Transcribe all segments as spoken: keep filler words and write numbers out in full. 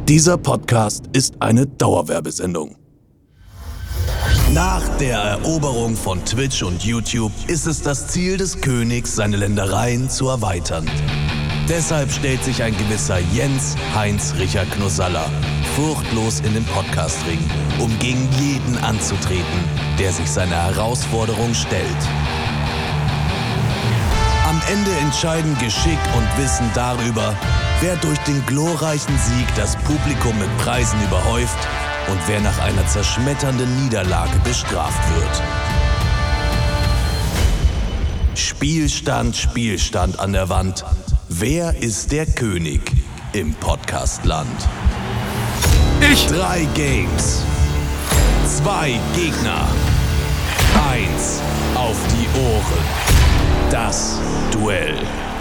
Dieser Podcast ist eine Dauerwerbesendung. Nach der Eroberung von Twitch und YouTube ist es das Ziel des Königs, seine Ländereien zu erweitern. Deshalb stellt sich ein gewisser Jens Heinz Richard Knosalla furchtlos in den Podcastring, um gegen jeden anzutreten, der sich seiner Herausforderung stellt. Am Ende entscheiden Geschick und Wissen darüber, wer durch den glorreichen Sieg das Publikum mit Preisen überhäuft und wer nach einer zerschmetternden Niederlage bestraft wird. Spielstand, Spielstand an der Wand. Wer ist der König im Podcastland? Ich! Drei Games. Zwei Gegner. Eins auf die Ohren. Das Duell.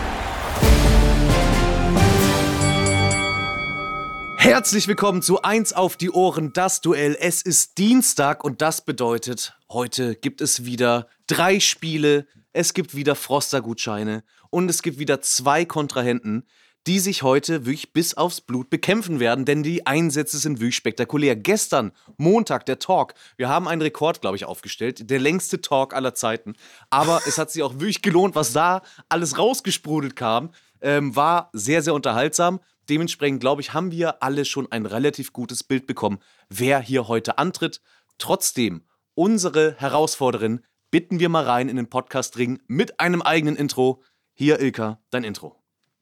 Herzlich willkommen zu Eins auf die Ohren, das Duell. Es ist Dienstag und das bedeutet, heute gibt es wieder drei Spiele, es gibt wieder Froster-Gutscheine und es gibt wieder zwei Kontrahenten, die sich heute wirklich bis aufs Blut bekämpfen werden, denn die Einsätze sind wirklich spektakulär. Gestern, Montag, der Talk. Wir haben einen Rekord, glaube ich, aufgestellt. Der längste Talk aller Zeiten. Aber es hat sich auch wirklich gelohnt, was da alles rausgesprudelt kam. Ähm, war sehr, sehr unterhaltsam. Dementsprechend, glaube ich, haben wir alle schon ein relativ gutes Bild bekommen, wer hier heute antritt. Trotzdem, unsere Herausforderin bitten wir mal rein in den Podcast-Ring mit einem eigenen Intro. Hier, Ilka, dein Intro.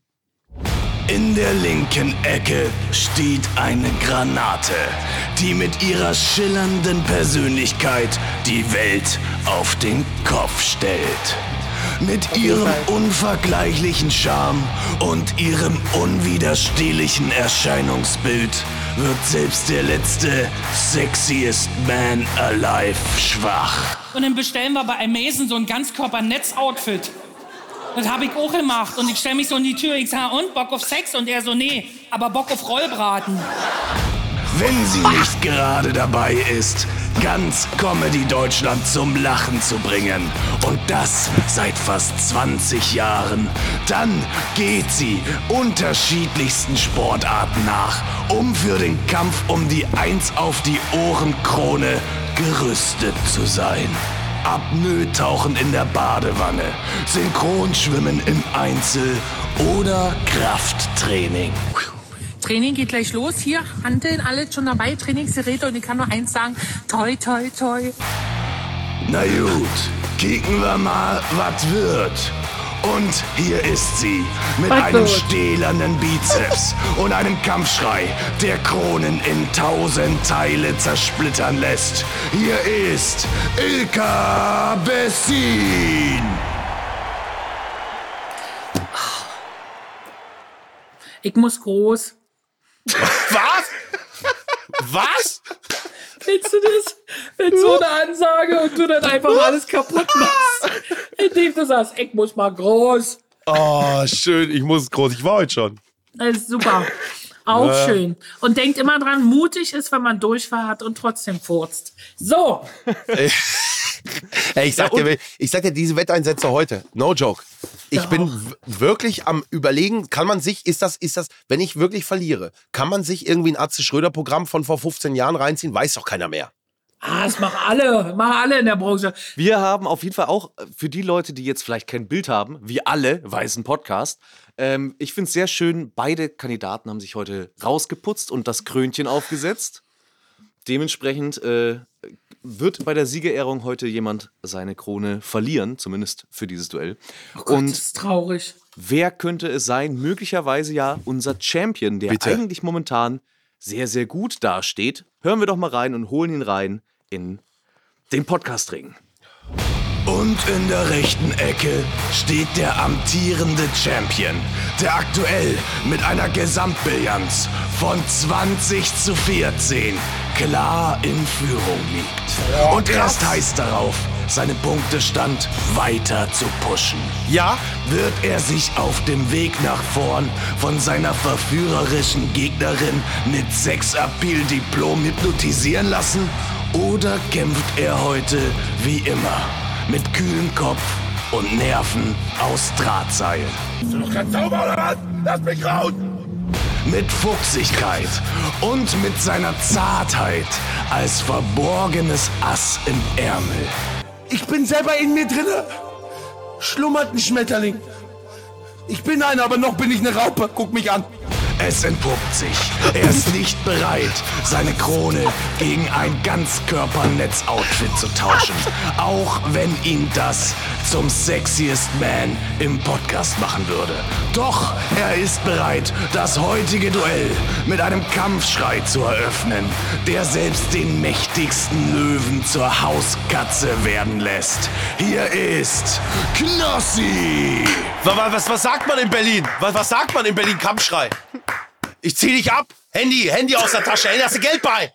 In der linken Ecke steht eine Granate, die mit ihrer schillernden Persönlichkeit die Welt auf den Kopf stellt. Mit ihrem unvergleichlichen Charme und ihrem unwiderstehlichen Erscheinungsbild wird selbst der letzte sexiest man alive schwach. Und dann bestellen wir bei Amazon so ein Ganzkörper-Netz-Outfit. Das habe ich auch gemacht. Und ich stelle mich so in die Tür, ich sage, und, Bock auf Sex? Und er so, nee, aber Bock auf Rollbraten. Wenn sie nicht gerade dabei ist, ganz Comedy Deutschland zum Lachen zu bringen, und das seit fast zwanzig Jahren, dann geht sie unterschiedlichsten Sportarten nach, um für den Kampf um die Eins auf die Ohren Krone gerüstet zu sein. Apnoe-Tauchen in der Badewanne, Synchronschwimmen im Einzel oder Krafttraining. Training geht gleich los. Hier, Hanteln, alles schon dabei, Trainingsgeräte. Und ich kann nur eins sagen, toi, toi, toi. Na gut, kicken wir mal, was wird. Und hier ist sie, mit Was einem wird? stählernen Bizeps und einem Kampfschrei, der Kronen in tausend Teile zersplittern lässt. Hier ist Ilka Bessin. Ich muss groß. Was? Was? Kennst du das? Wenn so eine Ansage und du dann einfach alles kaputt machst. Indem du sagst, ich muss mal groß. Oh, schön. Ich muss groß. Ich war heute schon. Das ist super. Auch Ja. schön. Und denkt immer dran, mutig ist, wenn man Durchfall hat und trotzdem furzt. So. Ey, ich sag dir, ich sag dir, diese Wetteinsätze heute, no joke. Ich Ja. bin w- wirklich am Überlegen, kann man sich, ist das, ist das, wenn ich wirklich verliere, kann man sich irgendwie ein Atze Schröder-Programm von vor fünfzehn Jahren reinziehen? Weiß doch keiner mehr. Ah, das machen alle. Machen alle in der Branche. Wir haben auf jeden Fall auch, äh, für die Leute, die jetzt vielleicht kein Bild haben, wie alle, weil es ein Podcast, ähm, ich finde es sehr schön, beide Kandidaten haben sich heute rausgeputzt und das Krönchen aufgesetzt. Dementsprechend äh, wird bei der Siegerehrung heute jemand seine Krone verlieren, zumindest für dieses Duell. Oh Gott, Und das ist traurig. wer könnte es sein? Möglicherweise ja unser Champion, der Bitte. eigentlich momentan sehr, sehr gut dasteht. Hören wir doch mal rein und holen ihn rein in den Podcast-Ring. Und in der rechten Ecke steht der amtierende Champion, der aktuell mit einer Gesamtbilanz von zwanzig zu vierzehn klar in Führung liegt. Und er ist heiß darauf, seinen Punktestand weiter zu pushen. Ja, Wird er sich auf dem Weg nach vorn von seiner verführerischen Gegnerin mit Sexappeal-Diplom hypnotisieren lassen? Oder kämpft er heute wie immer mit kühlem Kopf und Nerven aus Drahtseil? Bist du noch kein Zauber oder was? Lass mich raus! mit Fuchsigkeit und mit seiner Zartheit als verborgenes Ass im Ärmel. Ich bin selber in mir drinne. Schlummert ein Schmetterling. Ich bin einer, aber noch bin ich eine Raupe. Guck mich an. Es entpuppt sich. Er ist nicht bereit, seine Krone gegen ein Ganzkörpernetz-Outfit zu tauschen. Auch wenn ihn das zum sexiest Man im Podcast machen würde. Doch er ist bereit, das heutige Duell mit einem Kampfschrei zu eröffnen, der selbst den mächtigsten Löwen zur Hauskatze werden lässt. Hier ist Knossi! Was, was, was sagt man in Berlin? Was, was sagt man in Berlin? Kampfschrei. Ich zieh dich ab. Handy, Handy aus der Tasche. Handy, hast du Geld bei?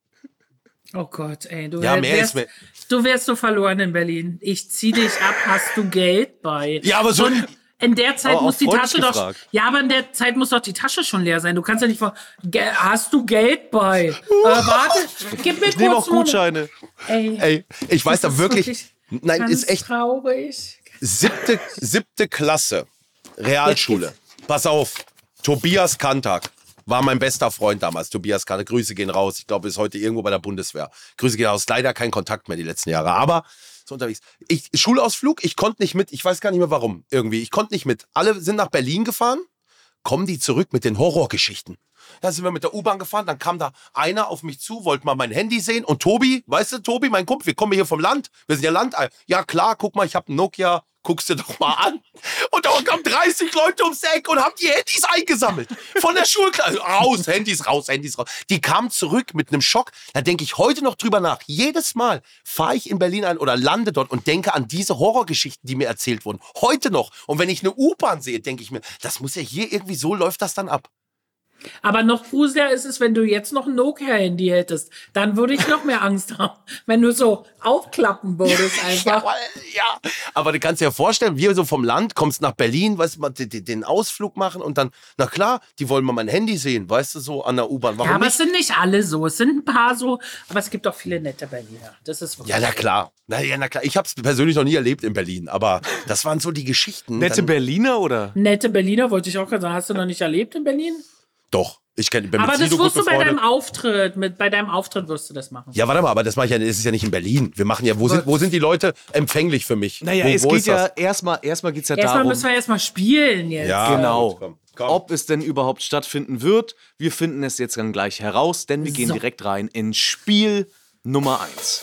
Oh Gott, ey. Du Ja, wär, mehr wärst, ist mehr. Du wärst so verloren in Berlin. Ich zieh dich ab, hast du Geld bei? Ja, aber so- Und in der Zeit Aber muss auch die freundlich Tasche doch... gefragt. Ja, aber in der Zeit muss doch die Tasche schon leer sein. Du kannst ja nicht von... Ge- Hast du Geld bei? äh, warte, gib mir Ich nehme kurz auch Gutscheine. Ey, Ey, ich weiß das da wirklich... Nein, ganz ist echt traurig. siebte, siebte Klasse. Realschule. Pass auf. Tobias Kantak war mein bester Freund damals. Tobias Kantak, Grüße gehen raus. Ich glaube, ist heute irgendwo bei der Bundeswehr. Grüße gehen raus. Leider kein Kontakt mehr die letzten Jahre. Aber so unterwegs. Ich, Schulausflug, ich konnte nicht mit. Ich weiß gar nicht mehr warum. Irgendwie. Ich konnte nicht mit. Alle sind nach Berlin gefahren. Kommen die zurück mit den Horrorgeschichten. Da sind wir mit der U-Bahn gefahren, dann kam da einer auf mich zu, wollte mal mein Handy sehen und Tobi, weißt du, Tobi, mein Kumpel, wir kommen hier vom Land, wir sind ja Land, ja klar, guck mal, ich hab einen Nokia, guckst dir doch mal an. Und da kamen dreißig Leute ums Eck und haben die Handys eingesammelt. Von der Schulklasse, raus, Handys raus, Handys raus. Die kamen zurück mit einem Schock, da denke ich heute noch drüber nach. Jedes Mal fahre ich in Berlin ein oder lande dort und denke an diese Horrorgeschichten, die mir erzählt wurden. Heute noch. Und wenn ich eine U-Bahn sehe, denke ich mir, das muss ja hier irgendwie, so läuft das dann ab. Aber noch gruseliger ist es, wenn du jetzt noch ein Nokia-Handy hättest. Dann würde ich noch mehr Angst haben. Wenn du so aufklappen würdest einfach. Ja, ja, aber du kannst dir ja vorstellen, wir so vom Land, kommst nach Berlin, weißt du, mal den, den Ausflug machen und dann, na klar, die wollen mal mein Handy sehen, weißt du, so an der U-Bahn. Warum Ja, aber nicht? es sind nicht alle so. Es sind ein paar so. Aber es gibt auch viele nette Berliner. Das ist wirklich Ja, na klar. Na, ja, na klar. Ich habe es persönlich noch nie erlebt in Berlin, aber das waren so die Geschichten. Nette Dann- Berliner oder? Nette Berliner, wollte ich auch gerade sagen. Hast du noch nicht erlebt in Berlin? Doch, ich kenne bin Aber mit das Sido wirst gut du bei deinem befreundet. Auftritt, mit, bei deinem Auftritt wirst du das machen. Ja, warte mal, aber das mache ich ja, das ist ja nicht in Berlin. Wir machen ja, wo sind, wo sind die Leute empfänglich für mich? Naja, wo, es wo geht ist ja das? erstmal, erstmal geht's ja Erstmal darum, müssen wir erstmal spielen jetzt. Ja, genau, gut, komm, komm. ob es denn überhaupt stattfinden wird. Wir finden es jetzt dann gleich heraus, denn wir gehen So. direkt rein in Spiel Nummer eins.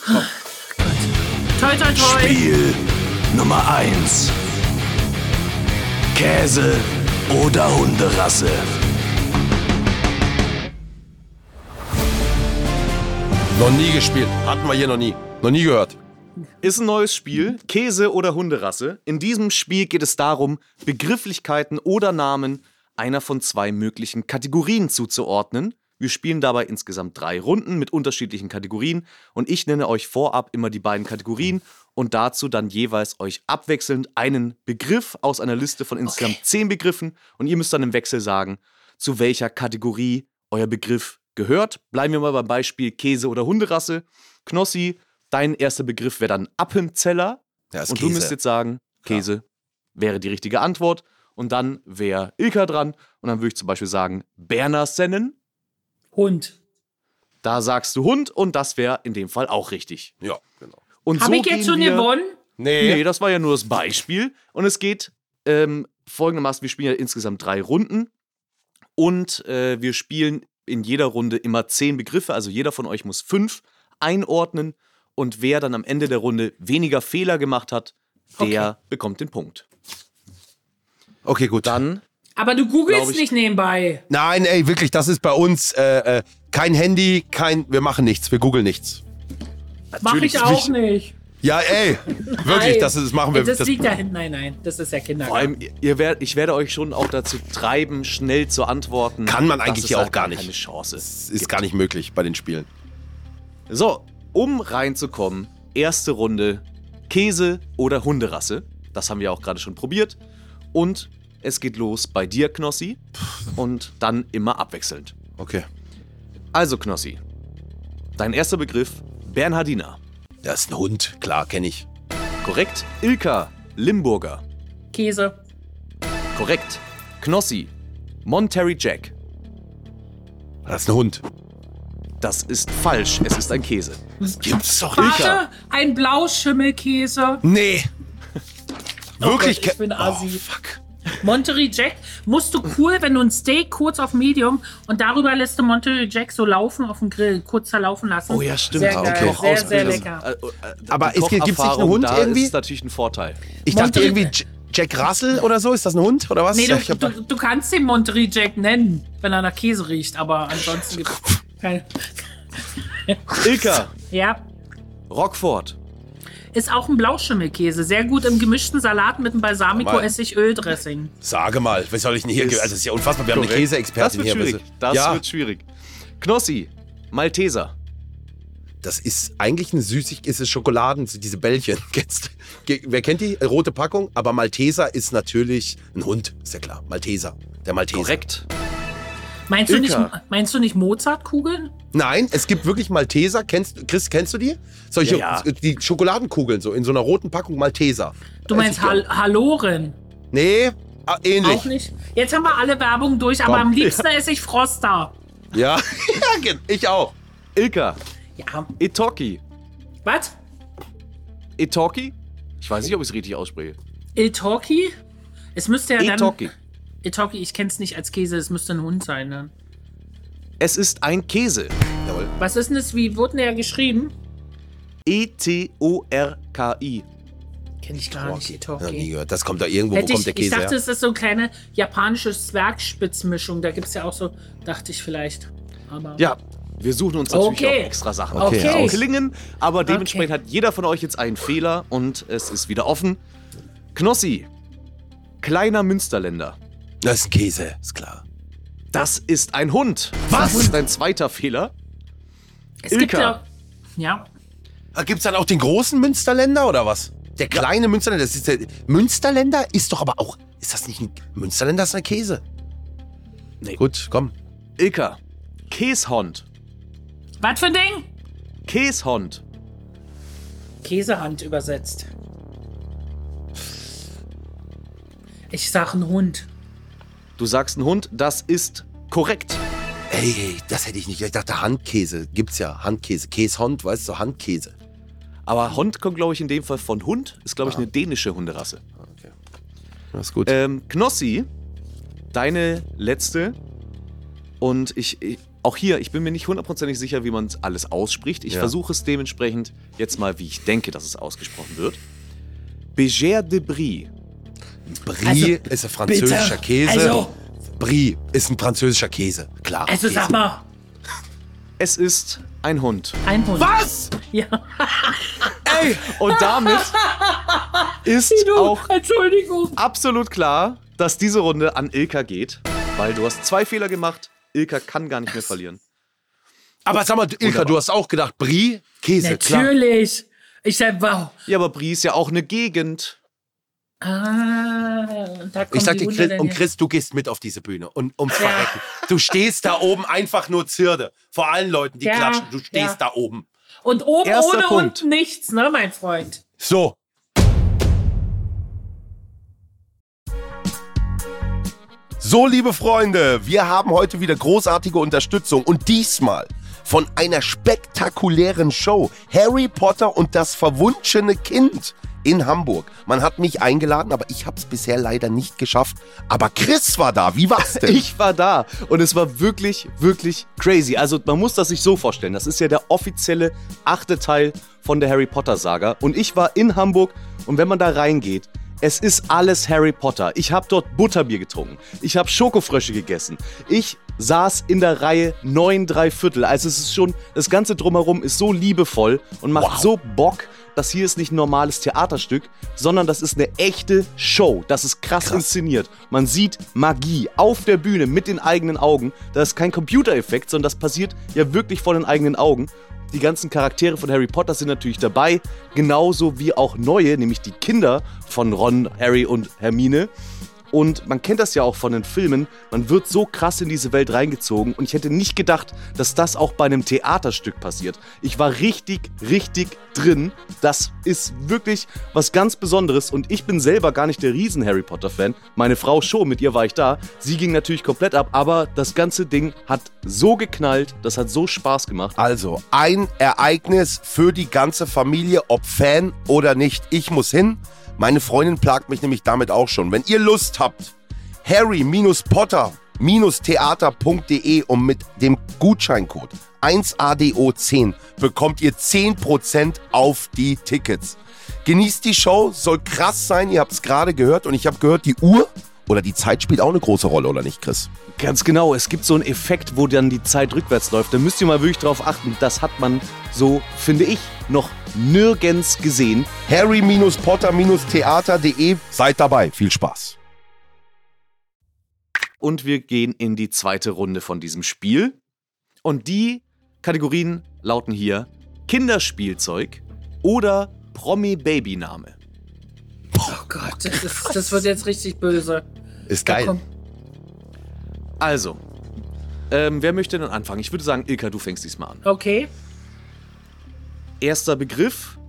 Toi, toi, toi. Spiel Nummer eins. Käse oder Hunderasse? Noch nie gespielt. Hatten wir hier noch nie. Noch nie gehört. Ist ein neues Spiel, Käse oder Hunderasse. In diesem Spiel geht es darum, Begrifflichkeiten oder Namen einer von zwei möglichen Kategorien zuzuordnen. Wir spielen dabei insgesamt drei Runden mit unterschiedlichen Kategorien und ich nenne euch vorab immer die beiden Kategorien und dazu dann jeweils euch abwechselnd einen Begriff aus einer Liste von insgesamt Okay. zehn Begriffen und ihr müsst dann im Wechsel sagen, zu welcher Kategorie euer Begriff gehört. Bleiben wir mal beim Beispiel Käse oder Hunderasse. Knossi, dein erster Begriff wäre dann Appenzeller. Ja, ist Und Käse. du müsst jetzt sagen, Käse wäre die richtige Antwort. Und dann wäre Ilka dran. Und dann würde ich zum Beispiel sagen, Bernersennen. Hund. Da sagst du Hund und das wäre in dem Fall auch richtig. Ja, genau. Und Habe so ich jetzt gehen schon wir, gewonnen? Nee. Nee, das war ja nur das Beispiel. Und es geht ähm, folgendermaßen, wir spielen ja insgesamt drei Runden. Und äh, wir spielen in jeder Runde immer zehn Begriffe. Also jeder von euch muss fünf einordnen. Und wer dann am Ende der Runde weniger Fehler gemacht hat, der Okay. bekommt den Punkt. Okay, gut. Dann Aber du Glaub googelst ich- nicht nebenbei. Nein, ey, wirklich, das ist bei uns äh, äh, kein Handy, kein, wir machen nichts, wir googeln nichts. Mach ich Natürlich auch nicht. nicht. Ja, ey, wirklich, Nein. das, ist, das machen wir. Das, Das, liegt da hinten. Nein, nein. Das ist ja vor Kindergarten. allem, ihr werdet, ich werde euch schon auch dazu treiben, schnell zu antworten. Kann man dass eigentlich es ja halt auch gar nicht. keine Chance ist gar nicht möglich bei den Spielen. So, um reinzukommen, erste Runde Käse oder Hunderasse. Das haben wir auch gerade schon probiert. Und es geht los bei dir, Knossi. Und dann immer abwechselnd. Okay. Also, Knossi, dein erster Begriff, Bernhardiner. Das ist ein Hund, klar, kenne ich. Korrekt. Ilka, Limburger. Käse. Korrekt. Knossi, Monterey Jack. Das ist ein Hund. Das ist falsch. Es ist ein Käse. Das gibt's doch nicht. Warte, ein Blauschimmelkäse. Nee. Wirklich? Oh Gott, ich bin Assi. Oh, fuck. Monterey Jack, musst du cool, wenn du ein Steak kurz auf Medium und darüber lässt du Monterey Jack so laufen auf dem Grill, kurz zerlaufen lassen. Oh ja, stimmt. Sehr geil, Okay. sehr, sehr Kochausbildung. lecker. Äh, äh, Aber die es gibt- gibt's nicht einen Kocherfahrung, Hund da irgendwie? ist natürlich ein Vorteil. Ich dachte Monterey- irgendwie J- Jack Russell oder so. Ist das ein Hund oder was? Nee, Ich du, hab- du, du kannst den Monterey Jack nennen, wenn er nach Käse riecht, aber ansonsten gibt es keine. Ilka, Ja, Roquefort. ist auch ein Blauschimmelkäse. Sehr gut im gemischten Salat mit einem Balsamico-Essig-Öl-Dressing. Sage mal, was soll ich denn hier... Ist Also, das ist ja unfassbar. Wir haben eine korrekt. Käseexpertin Das hier. wird schwierig. Das ja, wird schwierig. Knossi, Malteser. das ist eigentlich eine Süßig... Ist es Schokoladen, diese Bällchen. Kennst, ge- wer kennt die? Rote Packung. Aber Malteser ist natürlich ein Hund. Ist ja klar. Malteser. Der Malteser. Korrekt. Meinst du, nicht, Ilka. meinst du nicht Mozartkugeln? Nein, es gibt wirklich Malteser. Kennst, Chris, kennst du die? Solche, Ja, ja. die Schokoladenkugeln so in so einer roten Packung Malteser. Du meinst Also, Hal Haloren? Nee, ah, ähnlich. Auch nicht? Jetzt haben wir alle Werbung durch, aber Komm. am liebsten esse ich Froster. Ja, ja, gen- ich auch. Ilka, Ja. Itoki. Was? Itoki? Ich weiß nicht, ob ich es richtig ausspreche. Iltoki? Es müsste ja dann... Itoki. Iltoki, ich kenn's nicht als Käse, es müsste ein Hund sein dann. Es ist ein Käse. Jawohl. Was ist denn das, wie wurde denn der geschrieben? E T O R K I. Kenn ich gar nicht, Ja, nie Iltoki. gehört. Das kommt da irgendwo, Hätte wo kommt ich, der ich Käse dachte, her? es ist so eine kleine japanische Zwergspitzmischung. Da gibt's ja auch so, dachte ich vielleicht. Aber Ja, wir suchen uns natürlich Okay. auch extra Sachen, Okay. die Okay. klingen. Aber dementsprechend Okay. hat jeder von euch jetzt einen Fehler und es ist wieder offen. Knossi, kleiner Münsterländer. Das ist ein Käse, ist klar. Das ist ein Hund. Was? Das ist ein zweiter Fehler. es gibt Ilka. ja... Ja, Da gibt's dann auch den großen Münsterländer oder was? Der kleine Münsterländer, das ist der Münsterländer ist doch aber auch, ist das nicht ein Münsterländer, ist ein Käse? Nee. Gut, komm. Ilka, Käshond. was für ein Ding? Käshond. Käsehand übersetzt. Ich sag ein Hund. Du sagst ein Hund, das ist korrekt. Ey, das hätte ich nicht. Ich dachte Handkäse, gibt's ja Handkäse, Käshond, weißt du, Handkäse. Aber Hond kommt, glaube ich, in dem Fall von Hund. Ist, glaube ich, eine dänische Hunderasse. Okay. Das ist gut. Ähm, Knossi, deine letzte. Und ich, ich, auch hier, ich bin mir nicht hundertprozentig sicher, wie man alles ausspricht. Ich Ja. versuche es dementsprechend jetzt mal, wie ich denke, dass es ausgesprochen wird. Bégère de Brie. Brie also, ist ein französischer bitte, Käse. also- Brie ist ein französischer Käse, klar. Also Käse. sag mal, Es ist ein Hund. ein Hund. Was? Ja. Und damit ist Du, auch Entschuldigung. absolut klar, dass diese Runde an Ilka geht. Weil du hast zwei Fehler gemacht. Ilka kann gar nicht mehr verlieren. Aber sag mal, Ilka, Wunderbar. du hast auch gedacht, Brie, Käse, klar. Natürlich. Ich sag, wow. Ja, aber Brie ist ja auch eine Gegend. Ah, und da kommt Ich sag die dir, Hunde Chris, denn und her. Chris, du gehst mit auf diese Bühne und ums Verrecken. Du stehst da oben einfach nur Zirde. Vor allen Leuten, die Ja, klatschen. Du stehst ja. da oben. Und oben Erster ohne Punkt. unten nichts, ne, mein Freund? So. So, liebe Freunde, wir haben heute wieder großartige Unterstützung und diesmal von einer spektakulären Show. Harry Potter und das verwunschene Kind in Hamburg. Man hat mich eingeladen, aber ich habe es bisher leider nicht geschafft. Aber Chris war da. Wie war's denn? Ich war da und es war wirklich, wirklich crazy. Also man muss das sich so vorstellen. Das ist ja der offizielle achte Teil von der Harry Potter Saga. Und ich war in Hamburg und wenn man da reingeht, es ist alles Harry Potter. Ich habe dort Butterbier getrunken. Ich habe Schokofrösche gegessen. Ich saß in der Reihe neun drei Viertel. Also es ist schon, das Ganze drumherum ist so liebevoll und macht Wow. so Bock. Das hier ist nicht ein normales Theaterstück, sondern das ist eine echte Show. Das ist krass, Krass. inszeniert. Man sieht Magie auf der Bühne mit den eigenen Augen. Das ist kein Computereffekt, sondern das passiert ja wirklich vor den eigenen Augen. Die ganzen Charaktere von Harry Potter sind natürlich dabei, genauso wie auch neue, nämlich die Kinder von Ron, Harry und Hermine. Und man kennt das ja auch von den Filmen, man wird so krass in diese Welt reingezogen und ich hätte nicht gedacht, dass das auch bei einem Theaterstück passiert. Ich war richtig, richtig drin. Das ist wirklich was ganz Besonderes und ich bin selber gar nicht der riesen Harry Potter Fan. Meine Frau schon, mit ihr war ich da. Sie ging natürlich komplett ab, aber das ganze Ding hat so geknallt, das hat so Spaß gemacht. Also, ein Ereignis für die ganze Familie, ob Fan oder nicht. Ich muss hin. Meine Freundin plagt mich nämlich damit auch schon. Wenn ihr Lust habt, harry potter theater punkt de und mit dem Gutscheincode eins A D O zehn bekommt ihr zehn Prozent auf die Tickets. Genießt die Show, soll krass sein, ihr habt es gerade gehört und ich habe gehört, die Uhr oder die Zeit spielt auch eine große Rolle, oder nicht, Chris? Ganz genau, es gibt so einen Effekt, wo dann die Zeit rückwärts läuft. Da müsst ihr mal wirklich drauf achten. Das hat man, so finde ich, noch nirgends gesehen. harry potter theater punkt de, seid dabei, viel Spaß. Und wir gehen in die zweite Runde von diesem Spiel. Und die Kategorien lauten hier Kinderspielzeug oder Promi-Babyname. Oh Gott, das, ist, das wird jetzt richtig böse. Ist geil. Ja, komm. Also, ähm, wer möchte denn anfangen? Ich würde sagen, Ilka, du fängst diesmal an. Okay. Erster Begriff.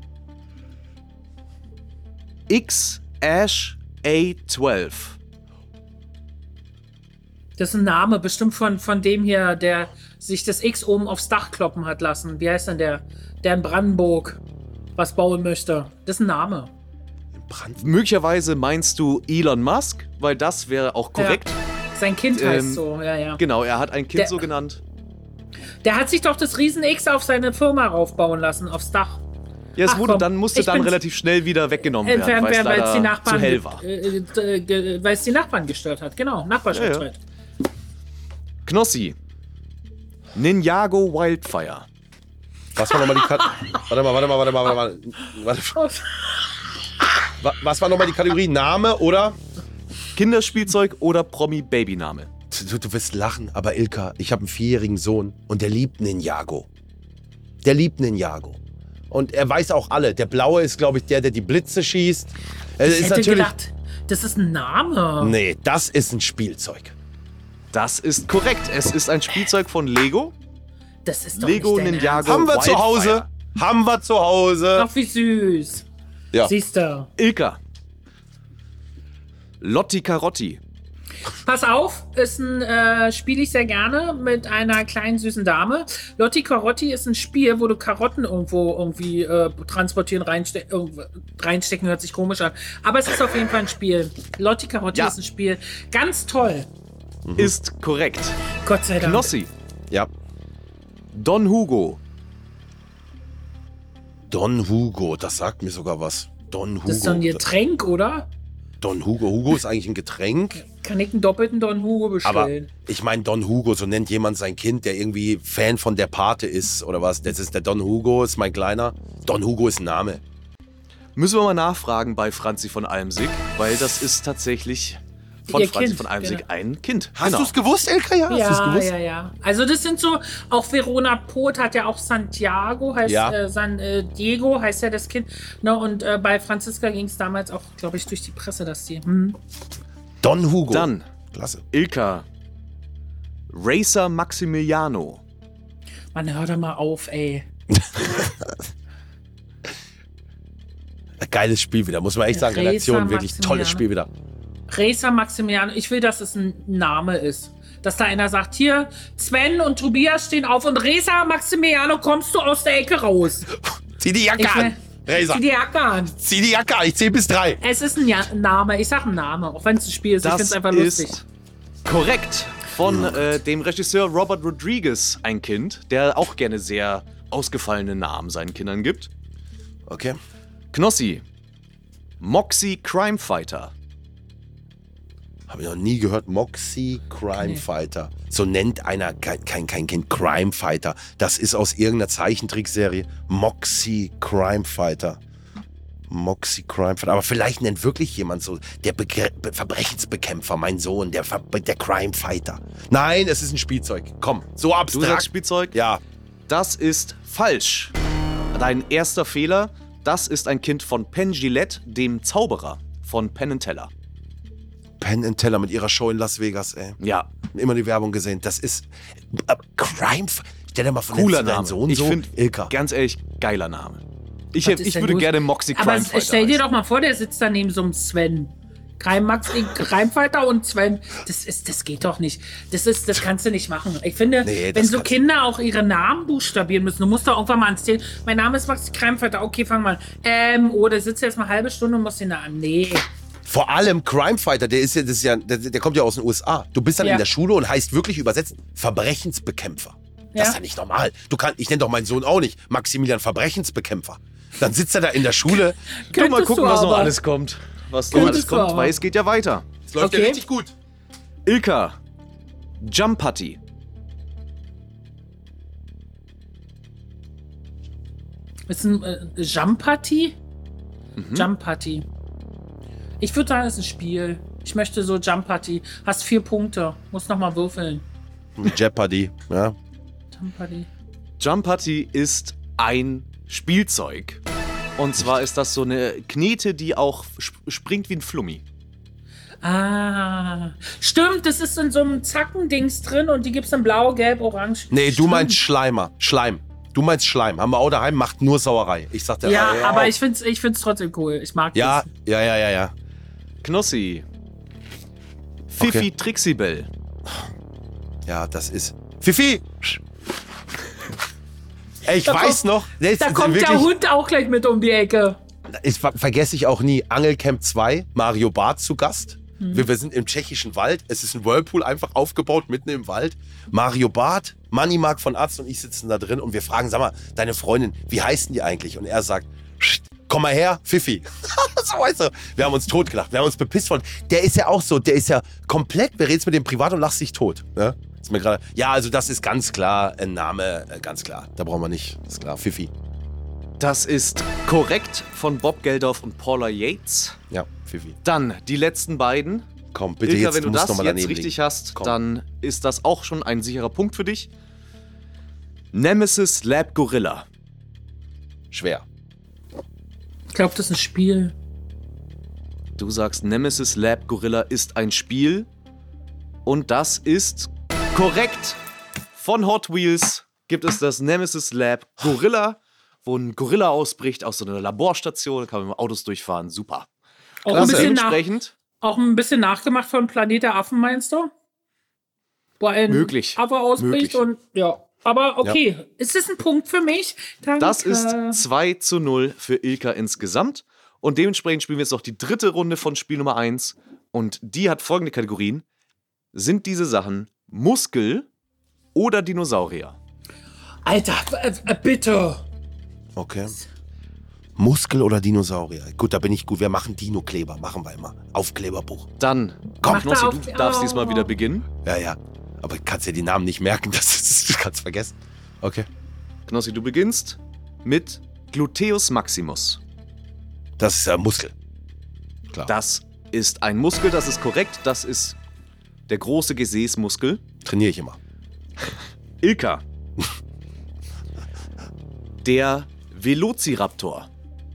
X Ash A zwölf. Das ist ein Name, bestimmt von, von dem hier, der sich das X oben aufs Dach kloppen hat lassen. Wie heißt denn der? Der in Brandenburg was bauen möchte. Das ist ein Name. Möglicherweise meinst du Elon Musk, weil das wäre auch korrekt. Ja. Sein Kind heißt Ähm, so, ja, ja. Genau, er hat ein Kind Der- so genannt. Der hat sich doch das Riesen-X auf seine Firma raufbauen lassen, aufs Dach. Ja, es Ach, wurde komm, dann, musste ich dann bin- relativ schnell wieder weggenommen werden, Entfernt weil es werden, weil es die leider Nachbarn zu hell war. Äh, äh, äh, weil es die Nachbarn gestört hat. Genau, Nachbarschaftsstreit. Knossi. Ninjago Wildfire. Was war nochmal die Kat Warte mal, warte mal, warte mal, warte mal. Warte. Wa- Was war nochmal die Kategorie? Name oder? Kinderspielzeug oder Promi-Babyname. Du, du wirst lachen, aber Ilka, ich habe einen vierjährigen Sohn und der liebt Ninjago. Der liebt Ninjago. Und er weiß auch alle. Der Blaue ist, glaube ich, der, der die Blitze schießt. Es Ich ist hätte natürlich. gedacht, das ist ein Name. Nee, das ist ein Spielzeug. Das ist korrekt. Es ist ein Spielzeug von Lego. Das ist doch Lego nicht dein Ninjago. Haben wir Wildfire. zu Hause? Haben wir zu Hause? Ernst. Ach, wie süß. Ja. Siehst du. Ilka. Lotti Carotti. Pass auf, ist ein, äh, spiele ich sehr gerne mit einer kleinen süßen Dame. Lotti Carotti ist ein Spiel, wo du Karotten irgendwo irgendwie äh, transportieren, reinste irgendwo reinstecken, hört sich komisch an. Aber es ist auf jeden Fall ein Spiel. Lotti Carotti Ja. ist ein Spiel. Ganz toll. Ist korrekt. Gott sei Dank. Knossi. Ja. Don Hugo. Don Hugo, das sagt mir sogar was. Don Hugo. Das ist doch ein Getränk, oder? Don Hugo. Hugo ist eigentlich ein Getränk. Kann ich einen doppelten Don Hugo Aber bestellen? ich meine, Don Hugo, so nennt jemand sein Kind, der irgendwie Fan von der Pate ist oder was. Das ist der Don Hugo, ist mein Kleiner. Don Hugo ist ein Name. Müssen wir mal nachfragen bei Franzi von Almsig, weil das ist tatsächlich von Ihr Franzi Kind, von Almsig genau. ein Kind. Hast du es gewusst, Elka? Ja, hast du's Ja, gewusst? ja, ja. Also das sind so, auch Verona Poth hat ja auch Santiago, heißt Ja. äh, San äh, Diego, heißt ja das Kind. Ne, und äh, bei Franziska ging es damals auch, glaube ich, durch die Presse, dass die. Hm. Don Hugo. Dann Klasse. Ilka. Racer Maximiliano. Man, hör doch mal auf, ey. Geiles Spiel wieder, muss man echt sagen. Racer Redaktion, wirklich Maximiliano. tolles Spiel wieder. Racer Maximiliano, ich will, dass es ein Name ist. Dass da einer sagt, hier, Sven und Tobias stehen auf und Racer Maximiliano, kommst du aus der Ecke raus. Zieh die Jacke Ich will, an. Razer. zieh die Jacke an. Zieh die Jacke an. Ich zähl bis drei. Es ist ein ja Name, ich sag ein Name, auch wenn es ein Spiel ist. Ich Das find's einfach lustig. ist korrekt. Von äh, dem Regisseur Robert Rodriguez, ein Kind, der auch gerne sehr ausgefallene Namen seinen Kindern gibt. Okay. Knossi. Moxie Crime Fighter. Habe ich noch nie gehört. Moxie Crime Nee. Fighter. So nennt einer kein, kein, kein Kind Crime Fighter. Das ist aus irgendeiner Zeichentrickserie. Moxie Crime Fighter. Moxie Crime Fighter. Aber vielleicht nennt wirklich jemand so, der Begr Be Verbrechensbekämpfer, mein Sohn, der, Ver der Crime Fighter. Nein, es ist ein Spielzeug. Komm, so Du abstrakt. sagst Spielzeug? Ja. Das ist falsch. Dein erster Fehler, das ist ein Kind von Penn Jillette, dem Zauberer von Penn and Teller. Penn and Teller mit ihrer Show in Las Vegas, ey. Ja. Immer die Werbung gesehen. Das ist äh, Crime. Stell dir mal vor, Cooler deinen Name. Sohn Ich so. finde, Ilka. ganz ehrlich, geiler Name. Ich, Was hätt, ist ich denn würde los? gerne Moxie Aber Crime Fighter stell dir heißen. doch mal vor, der sitzt da neben so einem Sven. Crime Max, Crime Fighter und Sven. Das ist, das geht doch nicht. Das ist, das kannst du nicht machen. Ich finde, Nee, das wenn so kannst du- Kinder auch ihre Namen buchstabieren müssen, du musst doch irgendwann mal ans Ziel. Mein Name ist Max Crime Fighter. Okay, fang mal. Ähm, oh, der sitzt jetzt mal eine halbe Stunde und muss den Namen. Nee. Vor allem Crime Fighter, der ist ja, das ist ja, der, der kommt ja aus den U S A. Du bist dann Ja. in der Schule und heißt wirklich übersetzt Verbrechensbekämpfer. Das Ja. ist ja nicht normal. Du kann, ich nenne doch meinen Sohn auch nicht Maximilian Verbrechensbekämpfer. Dann sitzt er da in der Schule. Du, mal Könntest gucken, du was noch aber. alles kommt. Was noch Könntest alles du kommt, aber. weil es geht ja weiter. Es läuft Okay. ja richtig gut. Ilka. Jump Putty. Ist ein äh, Jump Party? Mhm. Jump Party. Ich würde sagen, es ist ein Spiel. Ich möchte so Jump Party. Hast vier Punkte. Muss noch mal würfeln. Mit Jeopardy, ja. Jump Party. Jump Putty ist ein Spielzeug. Und zwar ist das so eine Knete, die auch sp springt wie ein Flummi. Ah. Stimmt, das ist in so einem Zackendings drin und die gibt's in blau, gelb, orange. Nee, du Stimmt. meinst Schleimer. Schleim. Du meinst Schleim. Haben wir auch daheim, macht nur Sauerei. Ich sag dir, Ja, ey, aber ey. ich find's, ich find's trotzdem cool. Ich mag Ja, das. ja, ja, ja, ja. Knossi. Fifi Okay. Trixibell. Ja, das ist. Fifi! Ey, ich Da weiß kommt- noch. Das Da ist kommt wirklich, der Hund auch gleich mit um die Ecke. Ich ver vergesse ich auch nie. Angelcamp zwei, Mario Barth zu Gast. Mhm. Wir, wir sind im tschechischen Wald. Es ist ein Whirlpool einfach aufgebaut, mitten im Wald. Mario Barth, Manni Mark von Arzt und ich sitzen da drin und wir fragen, sag mal, deine Freundin, wie heißen die eigentlich? Und er sagt, "Psst, komm mal her, Fifi." So, weißt du, wir haben uns totgelacht, wir haben uns bepisst von. Der ist ja auch so, der ist ja komplett, wir reden mit dem privat und lachst dich tot. Ne? Ist mir gerade. Ja, also das ist ganz klar ein Name, äh, ganz klar. Da brauchen wir nicht, ist klar, Fifi. Das ist korrekt von Bob Geldorf und Paula Yates. Ja, Fifi. Dann die letzten beiden. Komm, bitte Ilka, jetzt, wenn du musst das noch mal jetzt daneben richtig liegen. hast, Komm. dann ist das auch schon ein sicherer Punkt für dich. Nemesis Lab Gorilla. Schwer. Ich glaube, das ist ein Spiel. Du sagst, Nemesis Lab Gorilla ist ein Spiel. Und das ist korrekt. Von Hot Wheels gibt es das Nemesis Lab Gorilla, wo ein Gorilla ausbricht aus so einer Laborstation. Da kann man mit Autos durchfahren. Super. Auch ein, Klasse. bisschen nach, Dementsprechend auch ein bisschen nachgemacht von Planet der Affen, meinst du? Wo ein Möglich. Affe ausbricht Möglich. und ja. Aber okay, ist das ein Punkt für mich? Danke. Das ist zwei zu null für Ilka insgesamt. Und dementsprechend spielen wir jetzt noch die dritte Runde von Spiel Nummer eins. Und die hat folgende Kategorien. Sind diese Sachen Muskel oder Dinosaurier? Alter, äh, äh, bitte. Okay. Muskel oder Dinosaurier? Gut, da bin ich gut. Wir machen Dino-Kleber. Machen wir immer. Aufkleberbuch. Dann, Komm. Knossi, Mach da du auf- darfst Oh. diesmal wieder beginnen. Ja, ja. Aber du kannst ja die Namen nicht merken. Das, ist, das kannst du vergessen. Okay. Knossi, du beginnst mit Gluteus Maximus. Das ist ja Muskel. Klar. Das ist ein Muskel, das ist korrekt. Das ist der große Gesäßmuskel. Trainiere ich immer. Ilka. Der Velociraptor.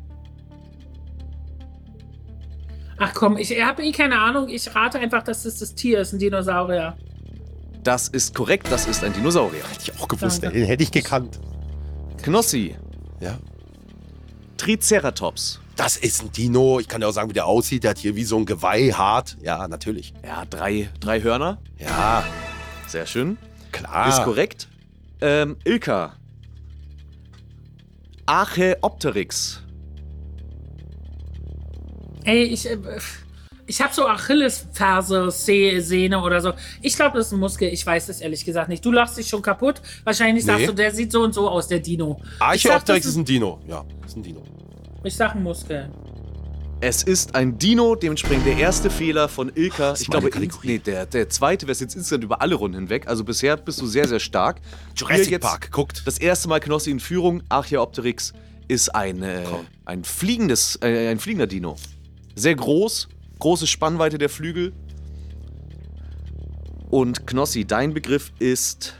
Ach komm, ich habe eh keine Ahnung. Ich rate einfach, dass das das Tier ist, ein Dinosaurier. Das ist korrekt, das ist ein Dinosaurier. Hätte ich auch gewusst. Danke. Den hätte ich gekannt. Knossi. Ja. Triceratops. Das ist ein Dino. Ich kann dir auch sagen, wie der aussieht. Der hat hier wie so ein Geweih, hart. Ja, natürlich. Ja, drei, drei Hörner. Ja, Sehr schön. klar. Ist korrekt. Ähm, Ilka. Archaeopteryx. Ey, ich, äh, ich habe so Achillesferse, Se- Sehne oder so. Ich glaube, das ist ein Muskel. Ich weiß es ehrlich gesagt nicht. Du lachst dich schon kaputt. Wahrscheinlich sagst Nee. du, der sieht so und so aus, der Dino. Archaeopteryx ich ist sag, ein Dino. Ja, ist ein Dino. das ist, ich sag ein Muskel. Es ist ein Dino, dementsprechend der erste Fehler von Ilka. ist Ich meine glaube, Kategorie. nee, der, der zweite wäre jetzt insgesamt über alle Runden hinweg. Also bisher bist du sehr, sehr stark. Jurassic Hier jetzt Park, guckt. Das erste Mal Knossi in Führung. Archaeopteryx ist ein, äh, ein, fliegendes, äh, ein fliegender Dino. Sehr groß, große Spannweite der Flügel. Und Knossi, dein Begriff ist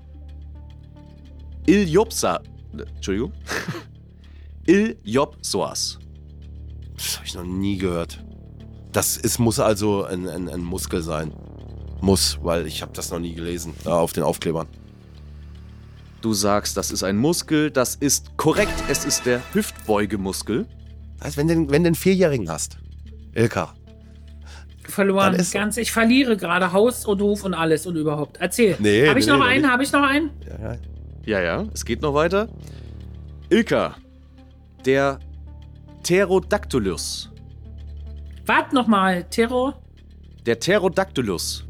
Iljopsa. Entschuldigung. Iljopsoas. Das habe ich noch nie gehört. Das ist, muss also ein, ein, ein Muskel sein. Muss, weil ich habe das noch nie gelesen, da auf den Aufklebern. Du sagst, das ist ein Muskel. Das ist korrekt. Es ist der Hüftbeugemuskel. Also wenn du, wenn du einen Vierjährigen hast, Ilka. Verloren, Dann ist so. ganz. Ich verliere gerade Haus und Hof und alles und überhaupt. Erzähl. Nee, Habe ich nee, noch nee, einen? nicht. Habe ich noch einen? Ja, ja. Ja, ja, es geht noch weiter. Ilka, der Pterodactylus. Wart noch mal, Terror. Der Pterodactylus.